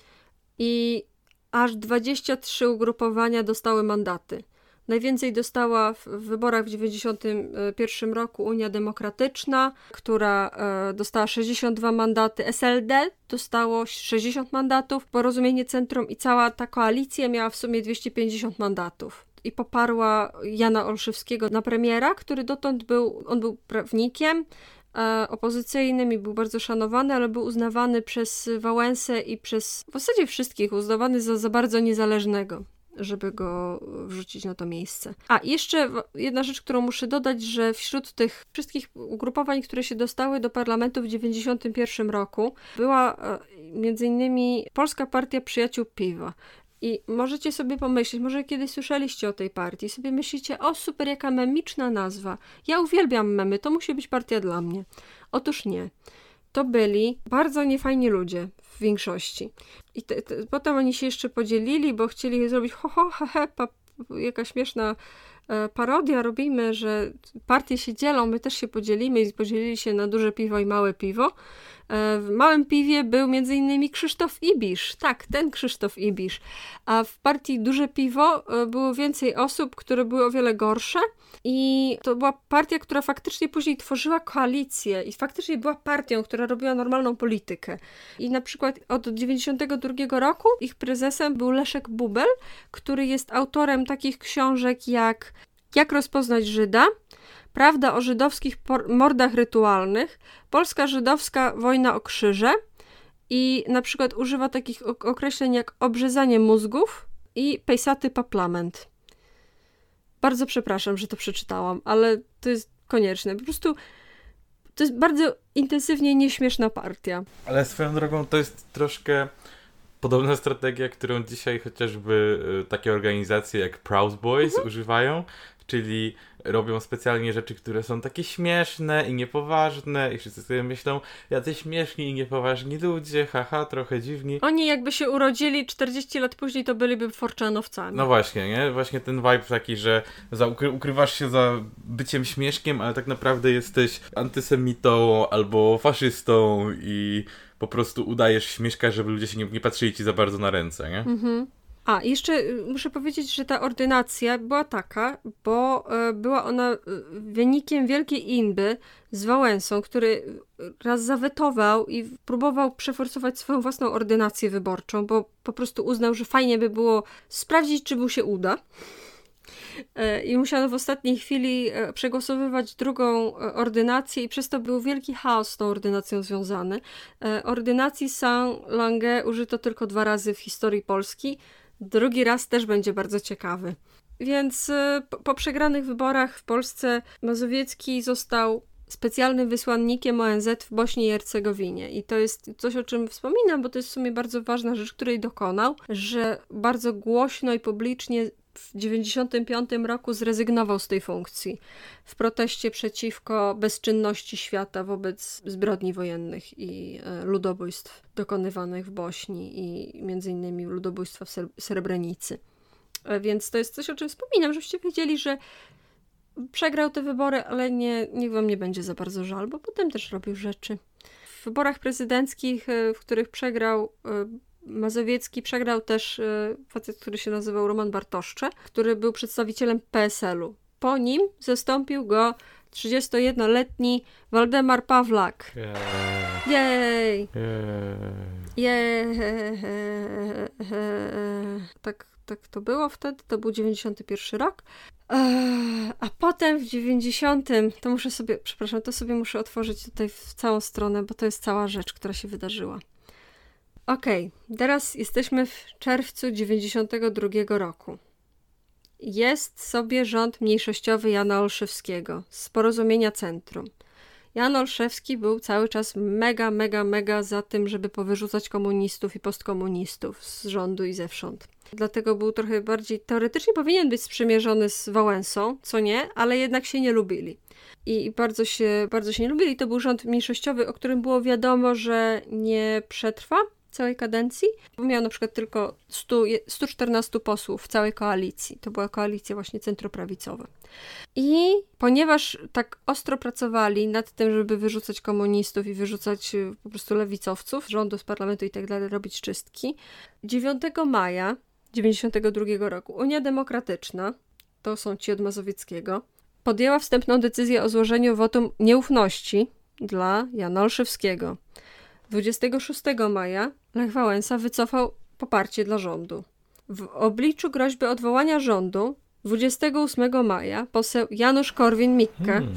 i aż dwadzieścia trzy ugrupowania dostały mandaty. Najwięcej dostała w wyborach w dziewięćdziesiątym pierwszym roku Unia Demokratyczna, która e, dostała sześćdziesiąt dwa mandaty. S L D dostało sześćdziesiąt mandatów. Porozumienie Centrum i cała ta koalicja miała w sumie dwieście pięćdziesiąt mandatów. I poparła Jana Olszewskiego na premiera, który dotąd był, on był prawnikiem, E, opozycyjnym i był bardzo szanowany, ale był uznawany przez Wałęsę i przez w zasadzie wszystkich, uznawany za, za bardzo niezależnego, żeby go wrzucić na to miejsce. A jeszcze jedna rzecz, którą muszę dodać, że wśród tych wszystkich ugrupowań, które się dostały do parlamentu w dziewięćdziesiątym pierwszym roku, była e, między innymi Polska Partia Przyjaciół Piwa. I możecie sobie pomyśleć, może kiedyś słyszeliście o tej partii, sobie myślicie, o super, jaka memiczna nazwa. Ja uwielbiam memy, to musi być partia dla mnie. Otóż nie. To byli bardzo niefajni ludzie w większości. I te, te, potem oni się jeszcze podzielili, bo chcieli zrobić ho, ho, he, he, pa, jaka śmieszna e, parodia robimy, że partie się dzielą, my też się podzielimy i podzielili się na duże piwo i małe piwo. W małym piwie był między innymi Krzysztof Ibisz. Tak, ten Krzysztof Ibisz. A w partii Duże Piwo było więcej osób, które były o wiele gorsze i to była partia, która faktycznie później tworzyła koalicję i faktycznie była partią, która robiła normalną politykę. I na przykład od dziewięćdziesiątego drugiego roku ich prezesem był Leszek Bubel, który jest autorem takich książek jak Jak rozpoznać Żyda, Prawda o żydowskich mordach rytualnych, Polska żydowska wojna o krzyże i na przykład używa takich określeń jak obrzezanie mózgów i pejsaty paplament. Bardzo przepraszam, że to przeczytałam, ale to jest konieczne. Po prostu to jest bardzo intensywnie nieśmieszna partia. Ale swoją drogą to jest troszkę podobna strategia, którą dzisiaj chociażby y, takie organizacje jak Proud Boys mhm. używają, czyli robią specjalnie rzeczy, które są takie śmieszne i niepoważne i wszyscy sobie myślą, jacyś śmieszni i niepoważni ludzie, haha, trochę dziwni. Oni jakby się urodzili czterdzieści lat później, to byliby forczanowcami. No właśnie, nie? Właśnie ten vibe taki, że za, ukry- ukrywasz się za byciem śmieszkiem, ale tak naprawdę jesteś antysemitą albo faszystą i po prostu udajesz śmieszka, żeby ludzie się nie, nie patrzyli ci za bardzo na ręce, nie? Mhm. A, jeszcze muszę powiedzieć, że ta ordynacja była taka, bo y, była ona y, wynikiem wielkiej inby z Wałęsą, który raz zawetował i próbował przeforsować swoją własną ordynację wyborczą, bo po prostu uznał, że fajnie by było sprawdzić, czy mu się uda. Y, I musiano w ostatniej chwili y, przegłosowywać drugą y, ordynację i przez to był wielki chaos z tą ordynacją związany. Y, ordynacji Saint-Lange użyto tylko dwa razy w historii Polski. Drugi raz też będzie bardzo ciekawy. Więc po, po przegranych wyborach w Polsce Mazowiecki został specjalnym wysłannikiem O N Z w Bośni i Hercegowinie. I to jest coś, o czym wspominam, bo to jest w sumie bardzo ważna rzecz, której dokonał, że bardzo głośno i publicznie w dziewięćdziesiątym piątym roku zrezygnował z tej funkcji w proteście przeciwko bezczynności świata wobec zbrodni wojennych i e, ludobójstw dokonywanych w Bośni i między innymi ludobójstwa w Ser- Srebrenicy. E, więc to jest coś, o czym wspominam, żebyście wiedzieli, że przegrał te wybory, ale nie, niech wam nie będzie za bardzo żal, bo potem też robił rzeczy. W wyborach prezydenckich, e, w których przegrał e, Mazowiecki, przegrał też y, facet, który się nazywał Roman Bartoszcze, który był przedstawicielem P S L-u. Po nim zastąpił go trzydziestojednoletni Waldemar Pawlak. Yeah. Jej! Yeah. Yeah. Tak, tak to było wtedy, to był dziewięćdziesiąty pierwszy rok. Eee, a potem w dziewięćdziesiątym, to muszę sobie, przepraszam, to sobie muszę otworzyć tutaj w całą stronę, bo to jest cała rzecz, która się wydarzyła. Okej, okay, teraz jesteśmy w czerwcu dziewięćdziesiątego drugiego roku. Jest sobie rząd mniejszościowy Jana Olszewskiego z Porozumienia Centrum. Jan Olszewski był cały czas mega, mega, mega za tym, żeby powyrzucać komunistów i postkomunistów z rządu i zewsząd. Dlatego był trochę bardziej, teoretycznie powinien być sprzymierzony z Wałęsą, co nie, ale jednak się nie lubili. I bardzo się, bardzo się nie lubili. To był rząd mniejszościowy, o którym było wiadomo, że nie przetrwa całej kadencji. Miał na przykład tylko stu, stu czternastu posłów w całej koalicji. To była koalicja właśnie centroprawicowa. I ponieważ tak ostro pracowali nad tym, żeby wyrzucać komunistów i wyrzucać po prostu lewicowców z rządu, z parlamentu i tak dalej, robić czystki, dziewiątego maja dziewięćdziesiątego drugiego roku Unia Demokratyczna, to są ci od Mazowieckiego, podjęła wstępną decyzję o złożeniu wotum nieufności dla Jana Olszewskiego. dwudziestego szóstego maja Lech Wałęsa wycofał poparcie dla rządu. W obliczu groźby odwołania rządu dwudziestego ósmego maja poseł Janusz Korwin-Mikke hmm.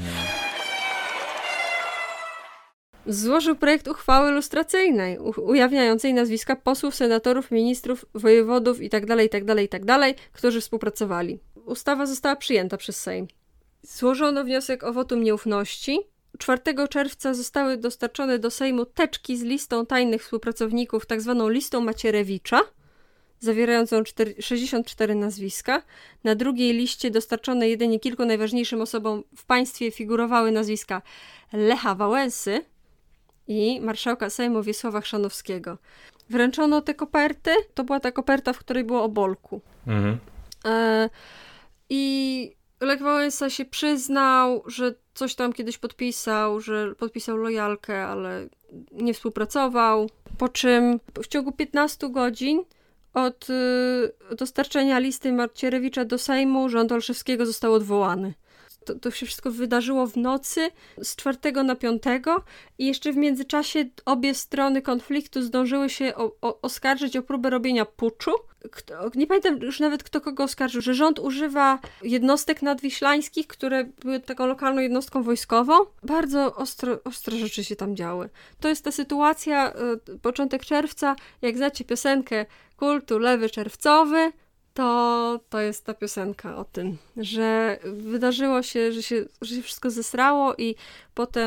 złożył projekt uchwały lustracyjnej u- ujawniającej nazwiska posłów, senatorów, ministrów, wojewodów itd., itd., itd., którzy współpracowali. Ustawa została przyjęta przez Sejm. Złożono wniosek o wotum nieufności. czwartego czerwca zostały dostarczone do Sejmu teczki z listą tajnych współpracowników, tak zwaną listą Macierewicza, zawierającą sześćdziesiąt cztery nazwiska. Na drugiej liście dostarczonej jedynie kilku najważniejszym osobom w państwie figurowały nazwiska Lecha Wałęsy i marszałka Sejmu Wiesława Chrzanowskiego. Wręczono te koperty. To była ta koperta, w której było o Bolku. Mhm. E, I Lech Wałęsa się przyznał, że coś tam kiedyś podpisał, że podpisał lojalkę, ale nie współpracował. Po czym w ciągu piętnastu godzin od y, dostarczenia listy Macierewicza do Sejmu rząd Olszewskiego został odwołany. To, to się wszystko wydarzyło w nocy z czwartego na piątego i jeszcze w międzyczasie obie strony konfliktu zdążyły się o, o, oskarżyć o próbę robienia puczu. Kto, nie pamiętam już nawet kto kogo oskarżył, że rząd używa jednostek nadwiślańskich, które były taką lokalną jednostką wojskową. Bardzo ostro, ostre rzeczy się tam działy. To jest ta sytuacja, y, początek czerwca, jak znacie piosenkę Kultu Lewy Czerwcowy, to, to jest ta piosenka o tym, że wydarzyło się, że się, że się wszystko zesrało i potem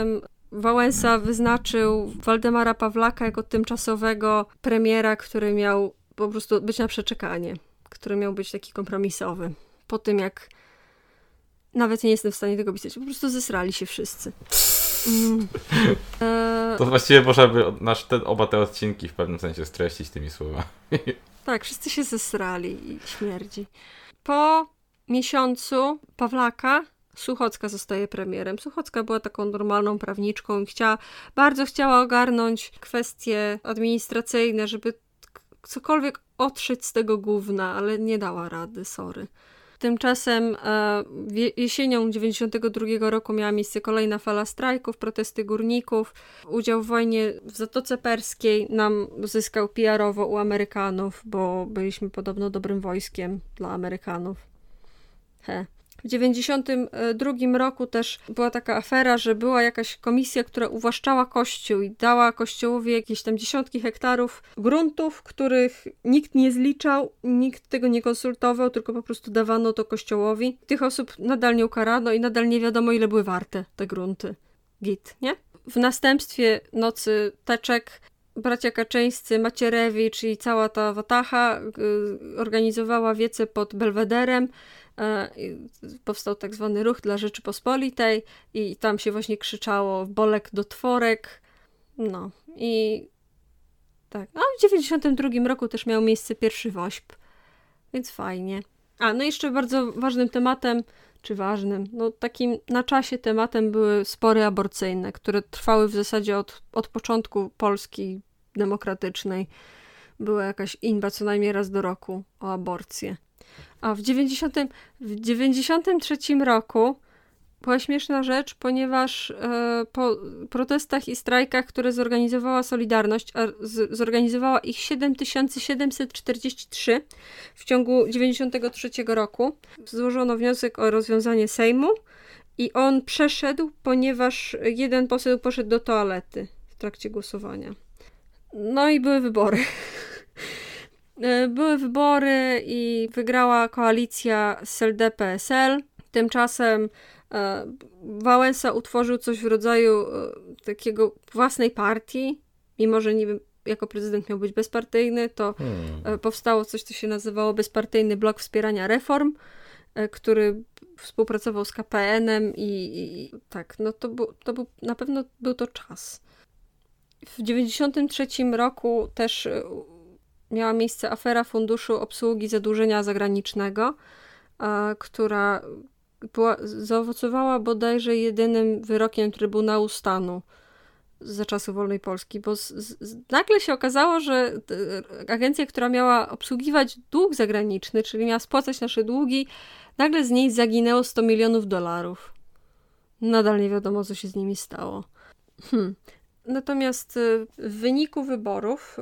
Wałęsa wyznaczył Waldemara Pawlaka jako tymczasowego premiera, który miał po prostu być na przeczekanie, który miał być taki kompromisowy. Po tym, jak nawet nie jestem w stanie tego pisać, po prostu zesrali się wszyscy. Mm. E... To właściwie można by nasz, ten, oba te odcinki w pewnym sensie streścić tymi słowami. Tak, wszyscy się zesrali i śmierdzi. Po miesiącu Pawlaka Suchocka zostaje premierem. Suchocka była taką normalną prawniczką i chciała, bardzo chciała ogarnąć kwestie administracyjne, żeby cokolwiek otrzeć z tego gówna, ale nie dała rady, sorry. Tymczasem e, jesienią dziewięćdziesiątego drugiego roku miała miejsce kolejna fala strajków, protesty górników. Udział w wojnie w Zatoce Perskiej nam zyskał P R owo u Amerykanów, bo byliśmy podobno dobrym wojskiem dla Amerykanów. He. W dziewięćdziesiątym drugim roku też była taka afera, że była jakaś komisja, która uwłaszczała Kościół i dała Kościołowi jakieś tam dziesiątki hektarów gruntów, których nikt nie zliczał, nikt tego nie konsultował, tylko po prostu dawano to Kościołowi. Tych osób nadal nie ukarano i nadal nie wiadomo, ile były warte te grunty. Git, nie? W następstwie Nocy Teczek bracia Kaczyńscy, Macierewicz i cała ta watacha y, organizowała wiece pod Belwederem. Powstał tak zwany Ruch dla Rzeczypospolitej i tam się właśnie krzyczało Bolek do tworek. No i tak. No w dziewięćdziesiątym drugim roku też miał miejsce pierwszy WOŚP, więc fajnie. A, no jeszcze bardzo ważnym tematem, czy ważnym, no takim na czasie tematem były spory aborcyjne, które trwały w zasadzie od, od początku Polski demokratycznej. Była jakaś inba co najmniej raz do roku o aborcję. A w dziewięćdziesiątym, w dziewięćdziesiątym trzecim roku była śmieszna rzecz, ponieważ e, po protestach i strajkach, które zorganizowała Solidarność, a z, zorganizowała ich siedem tysięcy siedemset czterdzieści trzy w ciągu dziewięćdziesiątego trzeciego roku, złożono wniosek o rozwiązanie Sejmu i on przeszedł, ponieważ jeden poseł poszedł do toalety w trakcie głosowania. No i były wybory. Były wybory i wygrała koalicja S L D P S L. Tymczasem e, Wałęsa utworzył coś w rodzaju e, takiego własnej partii. Mimo że niby jako prezydent miał być bezpartyjny, to hmm. e, powstało coś, co się nazywało Bezpartyjny Blok Wspierania Reform, e, który współpracował z K P N em i, i, i tak, no to, był, to był, na pewno był to czas. W dziewięćdziesiątym trzecim roku też e, miała miejsce afera Funduszu Obsługi Zadłużenia Zagranicznego, a, która była, zaowocowała bodajże jedynym wyrokiem Trybunału Stanu za czasów wolnej Polski, bo z, z, nagle się okazało, że agencja, która miała obsługiwać dług zagraniczny, czyli miała spłacać nasze długi, nagle z niej zaginęło sto milionów dolarów. Nadal nie wiadomo, co się z nimi stało. Hm. Natomiast w wyniku wyborów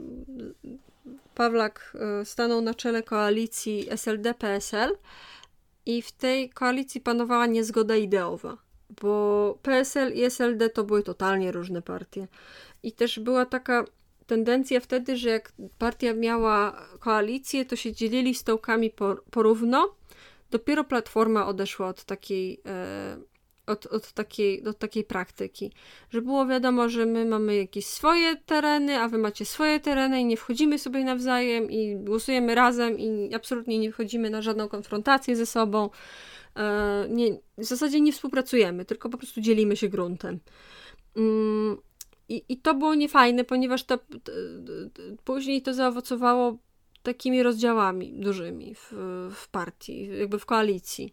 Pawlak stanął na czele koalicji S L D P S L i w tej koalicji panowała niezgoda ideowa, bo P S L i S L D to były totalnie różne partie. I też była taka tendencja wtedy, że jak partia miała koalicję, to się dzielili stołkami porówno. Dopiero Platforma odeszła od takiej... E, Od, od, takiej, od takiej praktyki, że było wiadomo, że my mamy jakieś swoje tereny, a wy macie swoje tereny i nie wchodzimy sobie nawzajem i głosujemy razem i absolutnie nie wchodzimy na żadną konfrontację ze sobą. E, nie, w zasadzie nie współpracujemy, tylko po prostu dzielimy się gruntem. Mm, i, I to było niefajne, ponieważ to, to, to, później to zaowocowało takimi rozdziałami dużymi w, w partii, jakby w koalicji.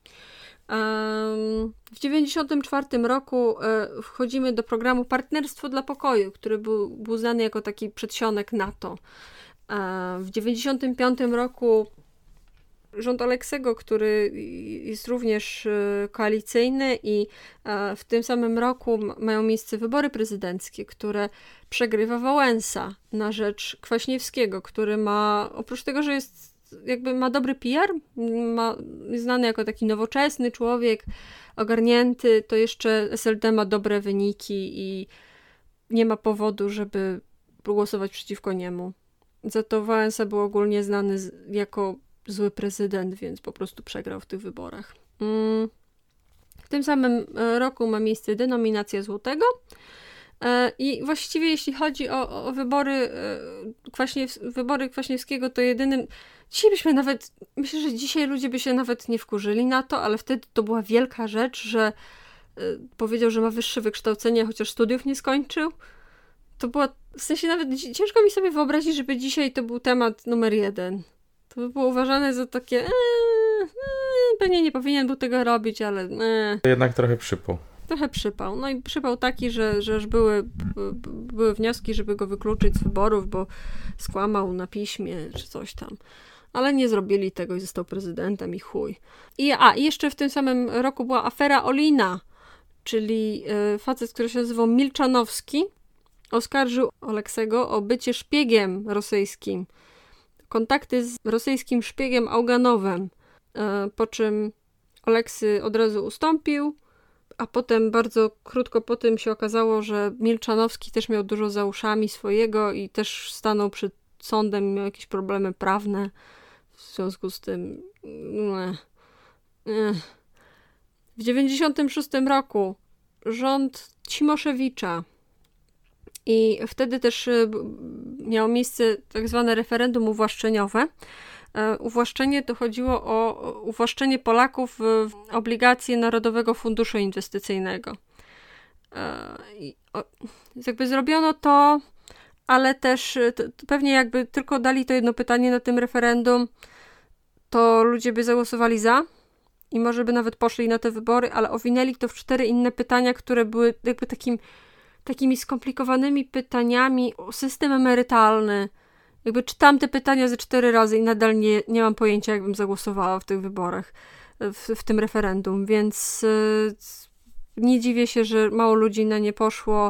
W dziewięćdziesiątym czwartym roku wchodzimy do programu Partnerstwo dla Pokoju, który był, był znany jako taki przedsionek NATO. W dziewięćdziesiątym piątym roku rząd Oleksego, który jest również koalicyjny i w tym samym roku mają miejsce wybory prezydenckie, które przegrywa Wałęsa na rzecz Kwaśniewskiego, który ma, oprócz tego, że jest jakby ma dobry P R, ma, jest znany jako taki nowoczesny człowiek, ogarnięty, to jeszcze S L D ma dobre wyniki i nie ma powodu, żeby głosować przeciwko niemu. Za to Wałęsa był ogólnie znany z, jako zły prezydent, więc po prostu przegrał w tych wyborach. Mm. W tym samym roku ma miejsce denominacja złotego. I właściwie jeśli chodzi o, o wybory, Kwaśniew, wybory Kwaśniewskiego, to jedynym... Dzisiaj byśmy nawet... Myślę, że dzisiaj ludzie by się nawet nie wkurzyli na to, ale wtedy to była wielka rzecz, że powiedział, że ma wyższe wykształcenie, chociaż studiów nie skończył. To była... W sensie nawet ciężko mi sobie wyobrazić, żeby dzisiaj to był temat numer jeden. To by było uważane za takie... Ee, ee, pewnie nie powinien był tego robić, ale... Ee. Jednak trochę przypał. Trochę przypał. No i przypał taki, że, że już były, były wnioski, żeby go wykluczyć z wyborów, bo skłamał na piśmie czy coś tam. Ale nie zrobili tego i został prezydentem i chuj. I, a, i jeszcze w tym samym roku była afera Olina, czyli y, facet, który się nazywał Milczanowski, oskarżył Oleksego o bycie szpiegiem rosyjskim. Kontakty z rosyjskim szpiegiem Auganowem. Y, po czym Oleksy od razu ustąpił, a potem bardzo krótko po tym się okazało, że Milczanowski też miał dużo za uszami swojego i też stanął przed sądem, miał jakieś problemy prawne. W związku z tym... W dziewięćdziesiątym szóstym roku rząd Cimoszewicza i wtedy też miało miejsce tak zwane referendum uwłaszczeniowe. Uwłaszczenie to chodziło o uwłaszczenie Polaków w obligacje Narodowego Funduszu Inwestycyjnego. I jakby zrobiono to, ale też to, to pewnie jakby tylko dali to jedno pytanie na tym referendum, to ludzie by zagłosowali za i może by nawet poszli na te wybory, ale owinęli to w cztery inne pytania, które były jakby takim, takimi skomplikowanymi pytaniami o system emerytalny. Jakby czytam te pytania ze cztery razy i nadal nie, nie mam pojęcia, jakbym zagłosowała w tych wyborach, w, w tym referendum, więc yy, nie dziwię się, że mało ludzi na nie poszło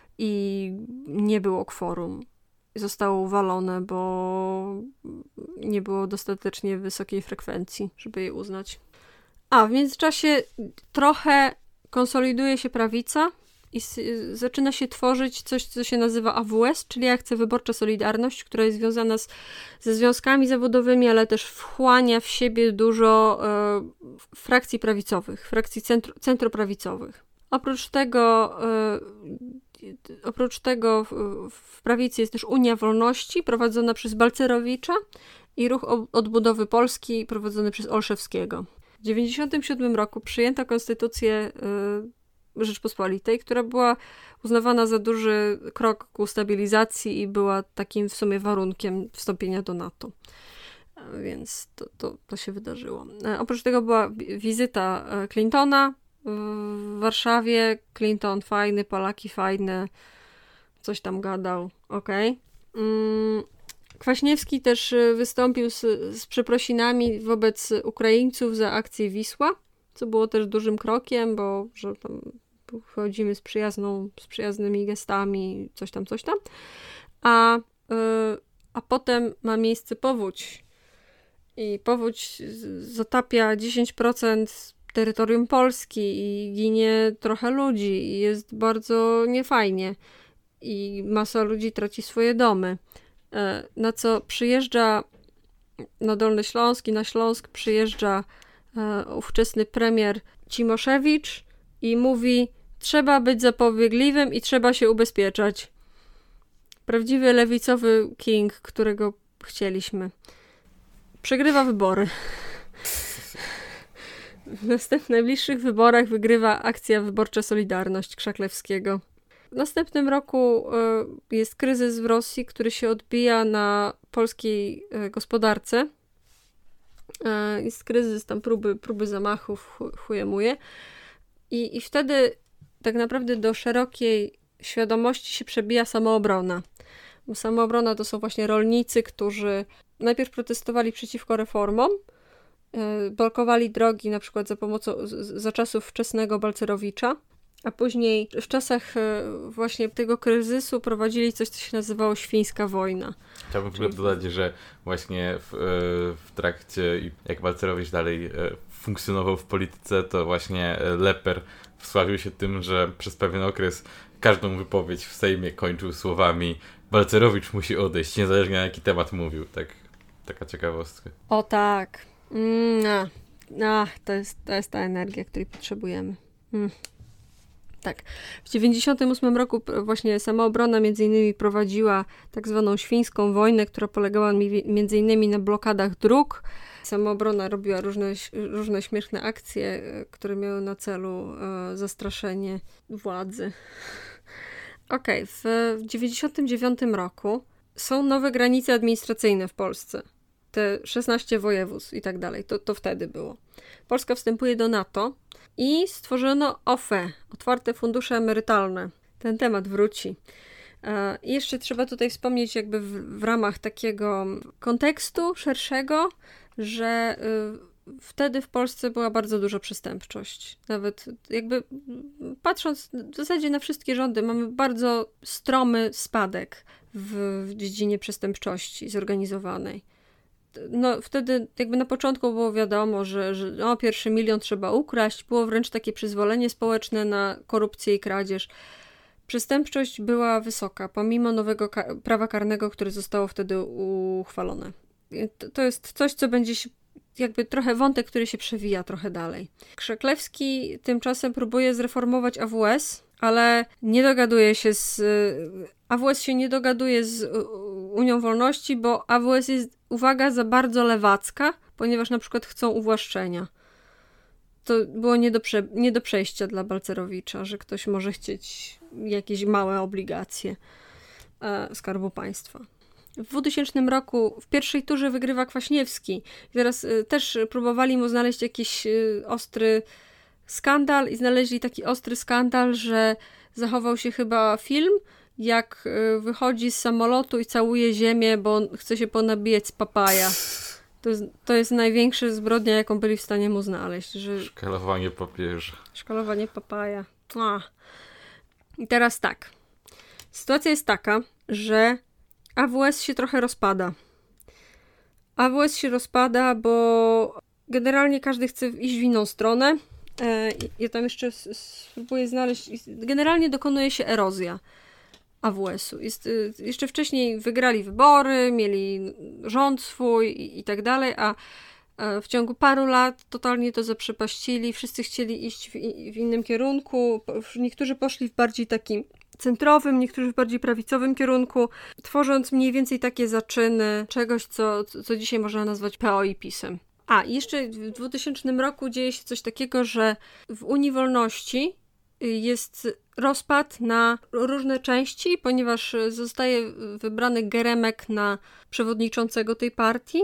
i nie było kworum. Zostało uwalone, bo nie było dostatecznie wysokiej frekwencji, żeby je uznać. A w międzyczasie trochę konsoliduje się prawica i zaczyna się tworzyć coś, co się nazywa A W S, czyli Akcja Wyborcza Solidarność, która jest związana z, ze związkami zawodowymi, ale też wchłania w siebie dużo e, frakcji prawicowych, frakcji centro, centroprawicowych. Oprócz tego, e, oprócz tego w, w prawicy jest też Unia Wolności, prowadzona przez Balcerowicza i Ruch Odbudowy Polski, prowadzony przez Olszewskiego. W dziewięćdziesiątym siódmym roku przyjęto konstytucję e, Rzeczpospolitej, która była uznawana za duży krok ku stabilizacji i była takim w sumie warunkiem wstąpienia do NATO. Więc to, to, to się wydarzyło. Oprócz tego była wizyta Clintona w Warszawie. Clinton fajny, Polaki fajne, coś tam gadał, okej. Okay. Kwaśniewski też wystąpił z, z przeprosinami wobec Ukraińców za akcję Wisła, co było też dużym krokiem, bo że tam wchodzimy z przyjazną, z przyjaznymi gestami, coś tam, coś tam. A, yy, a potem ma miejsce powódź. I powódź zatapia dziesięć procent terytorium Polski i ginie trochę ludzi i jest bardzo niefajnie. I masa ludzi traci swoje domy. Yy, na co przyjeżdża na Dolny Śląsk i na Śląsk przyjeżdża yy, ówczesny premier Cimoszewicz i mówi: trzeba być zapobiegliwym i trzeba się ubezpieczać. Prawdziwy lewicowy king, którego chcieliśmy. Przegrywa wybory. W następnych najbliższych wyborach wygrywa Akcja Wyborcza Solidarność Krzaklewskiego. W następnym roku y, jest kryzys w Rosji, który się odbija na polskiej y, gospodarce. Y, jest kryzys, tam próby, próby zamachów, chujemuje. I, I wtedy tak naprawdę do szerokiej świadomości się przebija samoobrona. Bo samoobrona to są właśnie rolnicy, którzy najpierw protestowali przeciwko reformom, yy, blokowali drogi na przykład za pomocą, z, za czasów wczesnego Balcerowicza, a później w czasach yy, właśnie tego kryzysu prowadzili coś, co się nazywało Świńska Wojna. Chciałbym Czyli... dodać, że właśnie w, w trakcie, jak Balcerowicz dalej funkcjonował w polityce, to właśnie Leper wsławił się tym, że przez pewien okres każdą wypowiedź w Sejmie kończył słowami: Balcerowicz musi odejść, niezależnie na jaki temat mówił. Tak, taka ciekawostka. O tak. Mm, a, a, to jest, to jest ta energia, której potrzebujemy. Hmm. Tak. W dziewięćdziesiątym ósmym roku właśnie Samoobrona między innymi prowadziła tak zwaną świńską wojnę, która polegała między innymi na blokadach dróg. Samoobrona robiła różne, różne śmieszne akcje, które miały na celu e, zastraszenie władzy. Okej, okay, w dziewięćdziesiątym dziewiątym roku są nowe granice administracyjne w Polsce. Te szesnaście województw i tak dalej. To, to wtedy było. Polska wstępuje do NATO i stworzono O F E, Otwarte Fundusze Emerytalne. Ten temat wróci. I jeszcze trzeba tutaj wspomnieć jakby w, w ramach takiego kontekstu szerszego, że y, wtedy w Polsce była bardzo duża przestępczość. Nawet jakby patrząc w zasadzie na wszystkie rządy, mamy bardzo stromy spadek w, w dziedzinie przestępczości zorganizowanej. No wtedy jakby na początku było wiadomo, że, że no, pierwszy milion trzeba ukraść, było wręcz takie przyzwolenie społeczne na korupcję i kradzież. Przestępczość była wysoka, pomimo nowego ka- prawa karnego, które zostało wtedy uchwalone. To, to jest coś, co będzie się, jakby trochę wątek, który się przewija trochę dalej. Krzaklewski tymczasem próbuje zreformować A W S, ale nie dogaduje się z... A W S się nie dogaduje z Unią Wolności, bo A W S jest, uwaga, za bardzo lewacka, ponieważ na przykład chcą uwłaszczenia. To było nie do, prze, nie do przejścia dla Balcerowicza, że ktoś może chcieć jakieś małe obligacje e, Skarbu Państwa. W dwutysięcznym roku w pierwszej turze wygrywa Kwaśniewski. I teraz e, też próbowali mu znaleźć jakiś e, ostry skandal i znaleźli taki ostry skandal, że zachował się chyba film, jak e, wychodzi z samolotu i całuje ziemię, bo on chce się ponabijać z papaja. To jest, to jest największa zbrodnia, jaką byli w stanie mu znaleźć. Że... Szkalowanie papieża. Szkalowanie papaja. A. I teraz tak. Sytuacja jest taka, że A W S się trochę rozpada. A W S się rozpada, bo generalnie każdy chce iść w inną stronę. E, ja tam jeszcze spróbuję znaleźć. Generalnie dokonuje się erozja A W S-u. Jest, jeszcze wcześniej wygrali wybory, mieli rząd swój i, i tak dalej, a w ciągu paru lat totalnie to zaprzepaścili. Wszyscy chcieli iść w, w innym kierunku. Niektórzy poszli w bardziej takim centrowym, niektórzy w bardziej prawicowym kierunku, tworząc mniej więcej takie zaczyny czegoś, co, co dzisiaj można nazwać P O i PiS-em. A, i jeszcze w dwutysięcznym roku dzieje się coś takiego, że w Unii Wolności jest rozpad na różne części, ponieważ zostaje wybrany Geremek na przewodniczącego tej partii,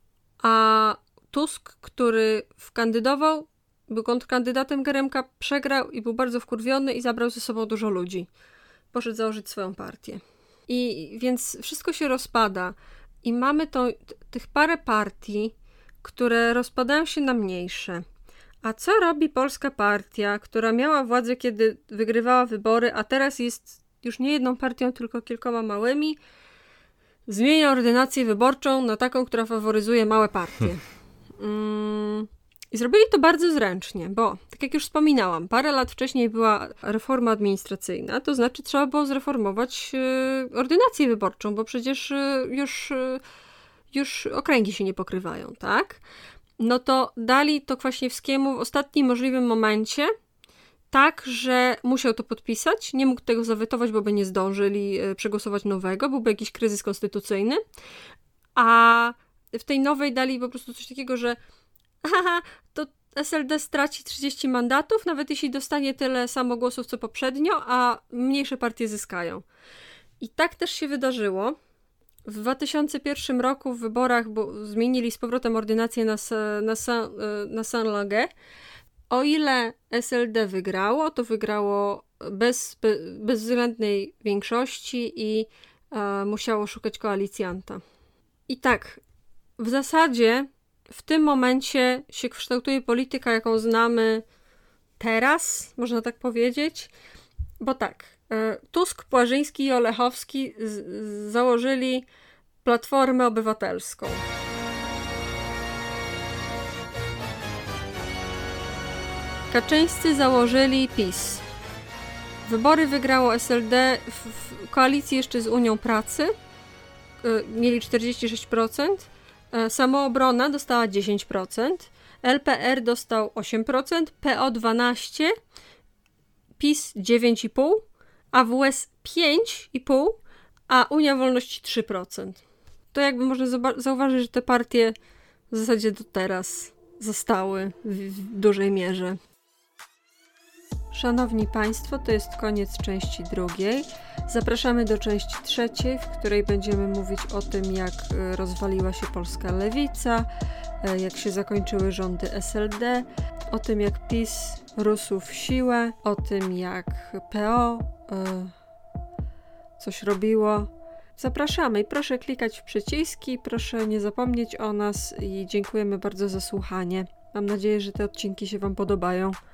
a Tusk, który kandydował, był kontrkandydatem Geremka, przegrał i był bardzo wkurwiony i zabrał ze sobą dużo ludzi. Poszedł założyć swoją partię. I więc wszystko się rozpada i mamy to, t- tych parę partii, które rozpadają się na mniejsze. A co robi polska partia, która miała władzę, kiedy wygrywała wybory, a teraz jest już nie jedną partią, tylko kilkoma małymi? Zmienia ordynację wyborczą na taką, która faworyzuje małe partie. Mm. I zrobili to bardzo zręcznie, bo, tak jak już wspominałam, parę lat wcześniej była reforma administracyjna, to znaczy trzeba było zreformować yy, ordynację wyborczą, bo przecież yy, już, yy, już okręgi się nie pokrywają, tak? No to dali to Kwaśniewskiemu w ostatnim możliwym momencie, tak, że musiał to podpisać, nie mógł tego zawetować, bo by nie zdążyli yy, przegłosować nowego, byłby jakiś kryzys konstytucyjny, a w tej nowej dali po prostu coś takiego, że haha, to S L D straci trzydzieści mandatów, nawet jeśli dostanie tyle samo głosów co poprzednio, a mniejsze partie zyskają. I tak też się wydarzyło. W dwa tysiące pierwszym roku w wyborach, bo zmienili z powrotem ordynację na, na, na Saint-Laguet, o ile S L D wygrało, to wygrało bez, bez bezwzględnej większości i e, musiało szukać koalicjanta. I tak, w zasadzie w tym momencie się kształtuje polityka, jaką znamy teraz, można tak powiedzieć, bo tak, Tusk, Płażyński i Olechowski z- z- założyli Platformę Obywatelską. Kaczyńscy założyli PiS. Wybory wygrało S L D w, w koalicji jeszcze z Unią Pracy. Mieli czterdzieści sześć procent. Samoobrona dostała dziesięć procent. L P R dostał osiem procent. P O dwanaście procent. PiS dziewięć i pół, A W S pięć i pół, a Unia Wolności trzy procent. To jakby można zoba- zauważyć, że te partie w zasadzie do teraz zostały w, w dużej mierze. Szanowni Państwo, to jest koniec części drugiej. Zapraszamy do części trzeciej, w której będziemy mówić o tym, jak rozwaliła się polska lewica, jak się zakończyły rządy S L D, o tym, jak PiS rósł w siłę, o tym, jak P O y, coś robiło. Zapraszamy i proszę klikać w przyciski, proszę nie zapomnieć o nas i dziękujemy bardzo za słuchanie. Mam nadzieję, że te odcinki się Wam podobają.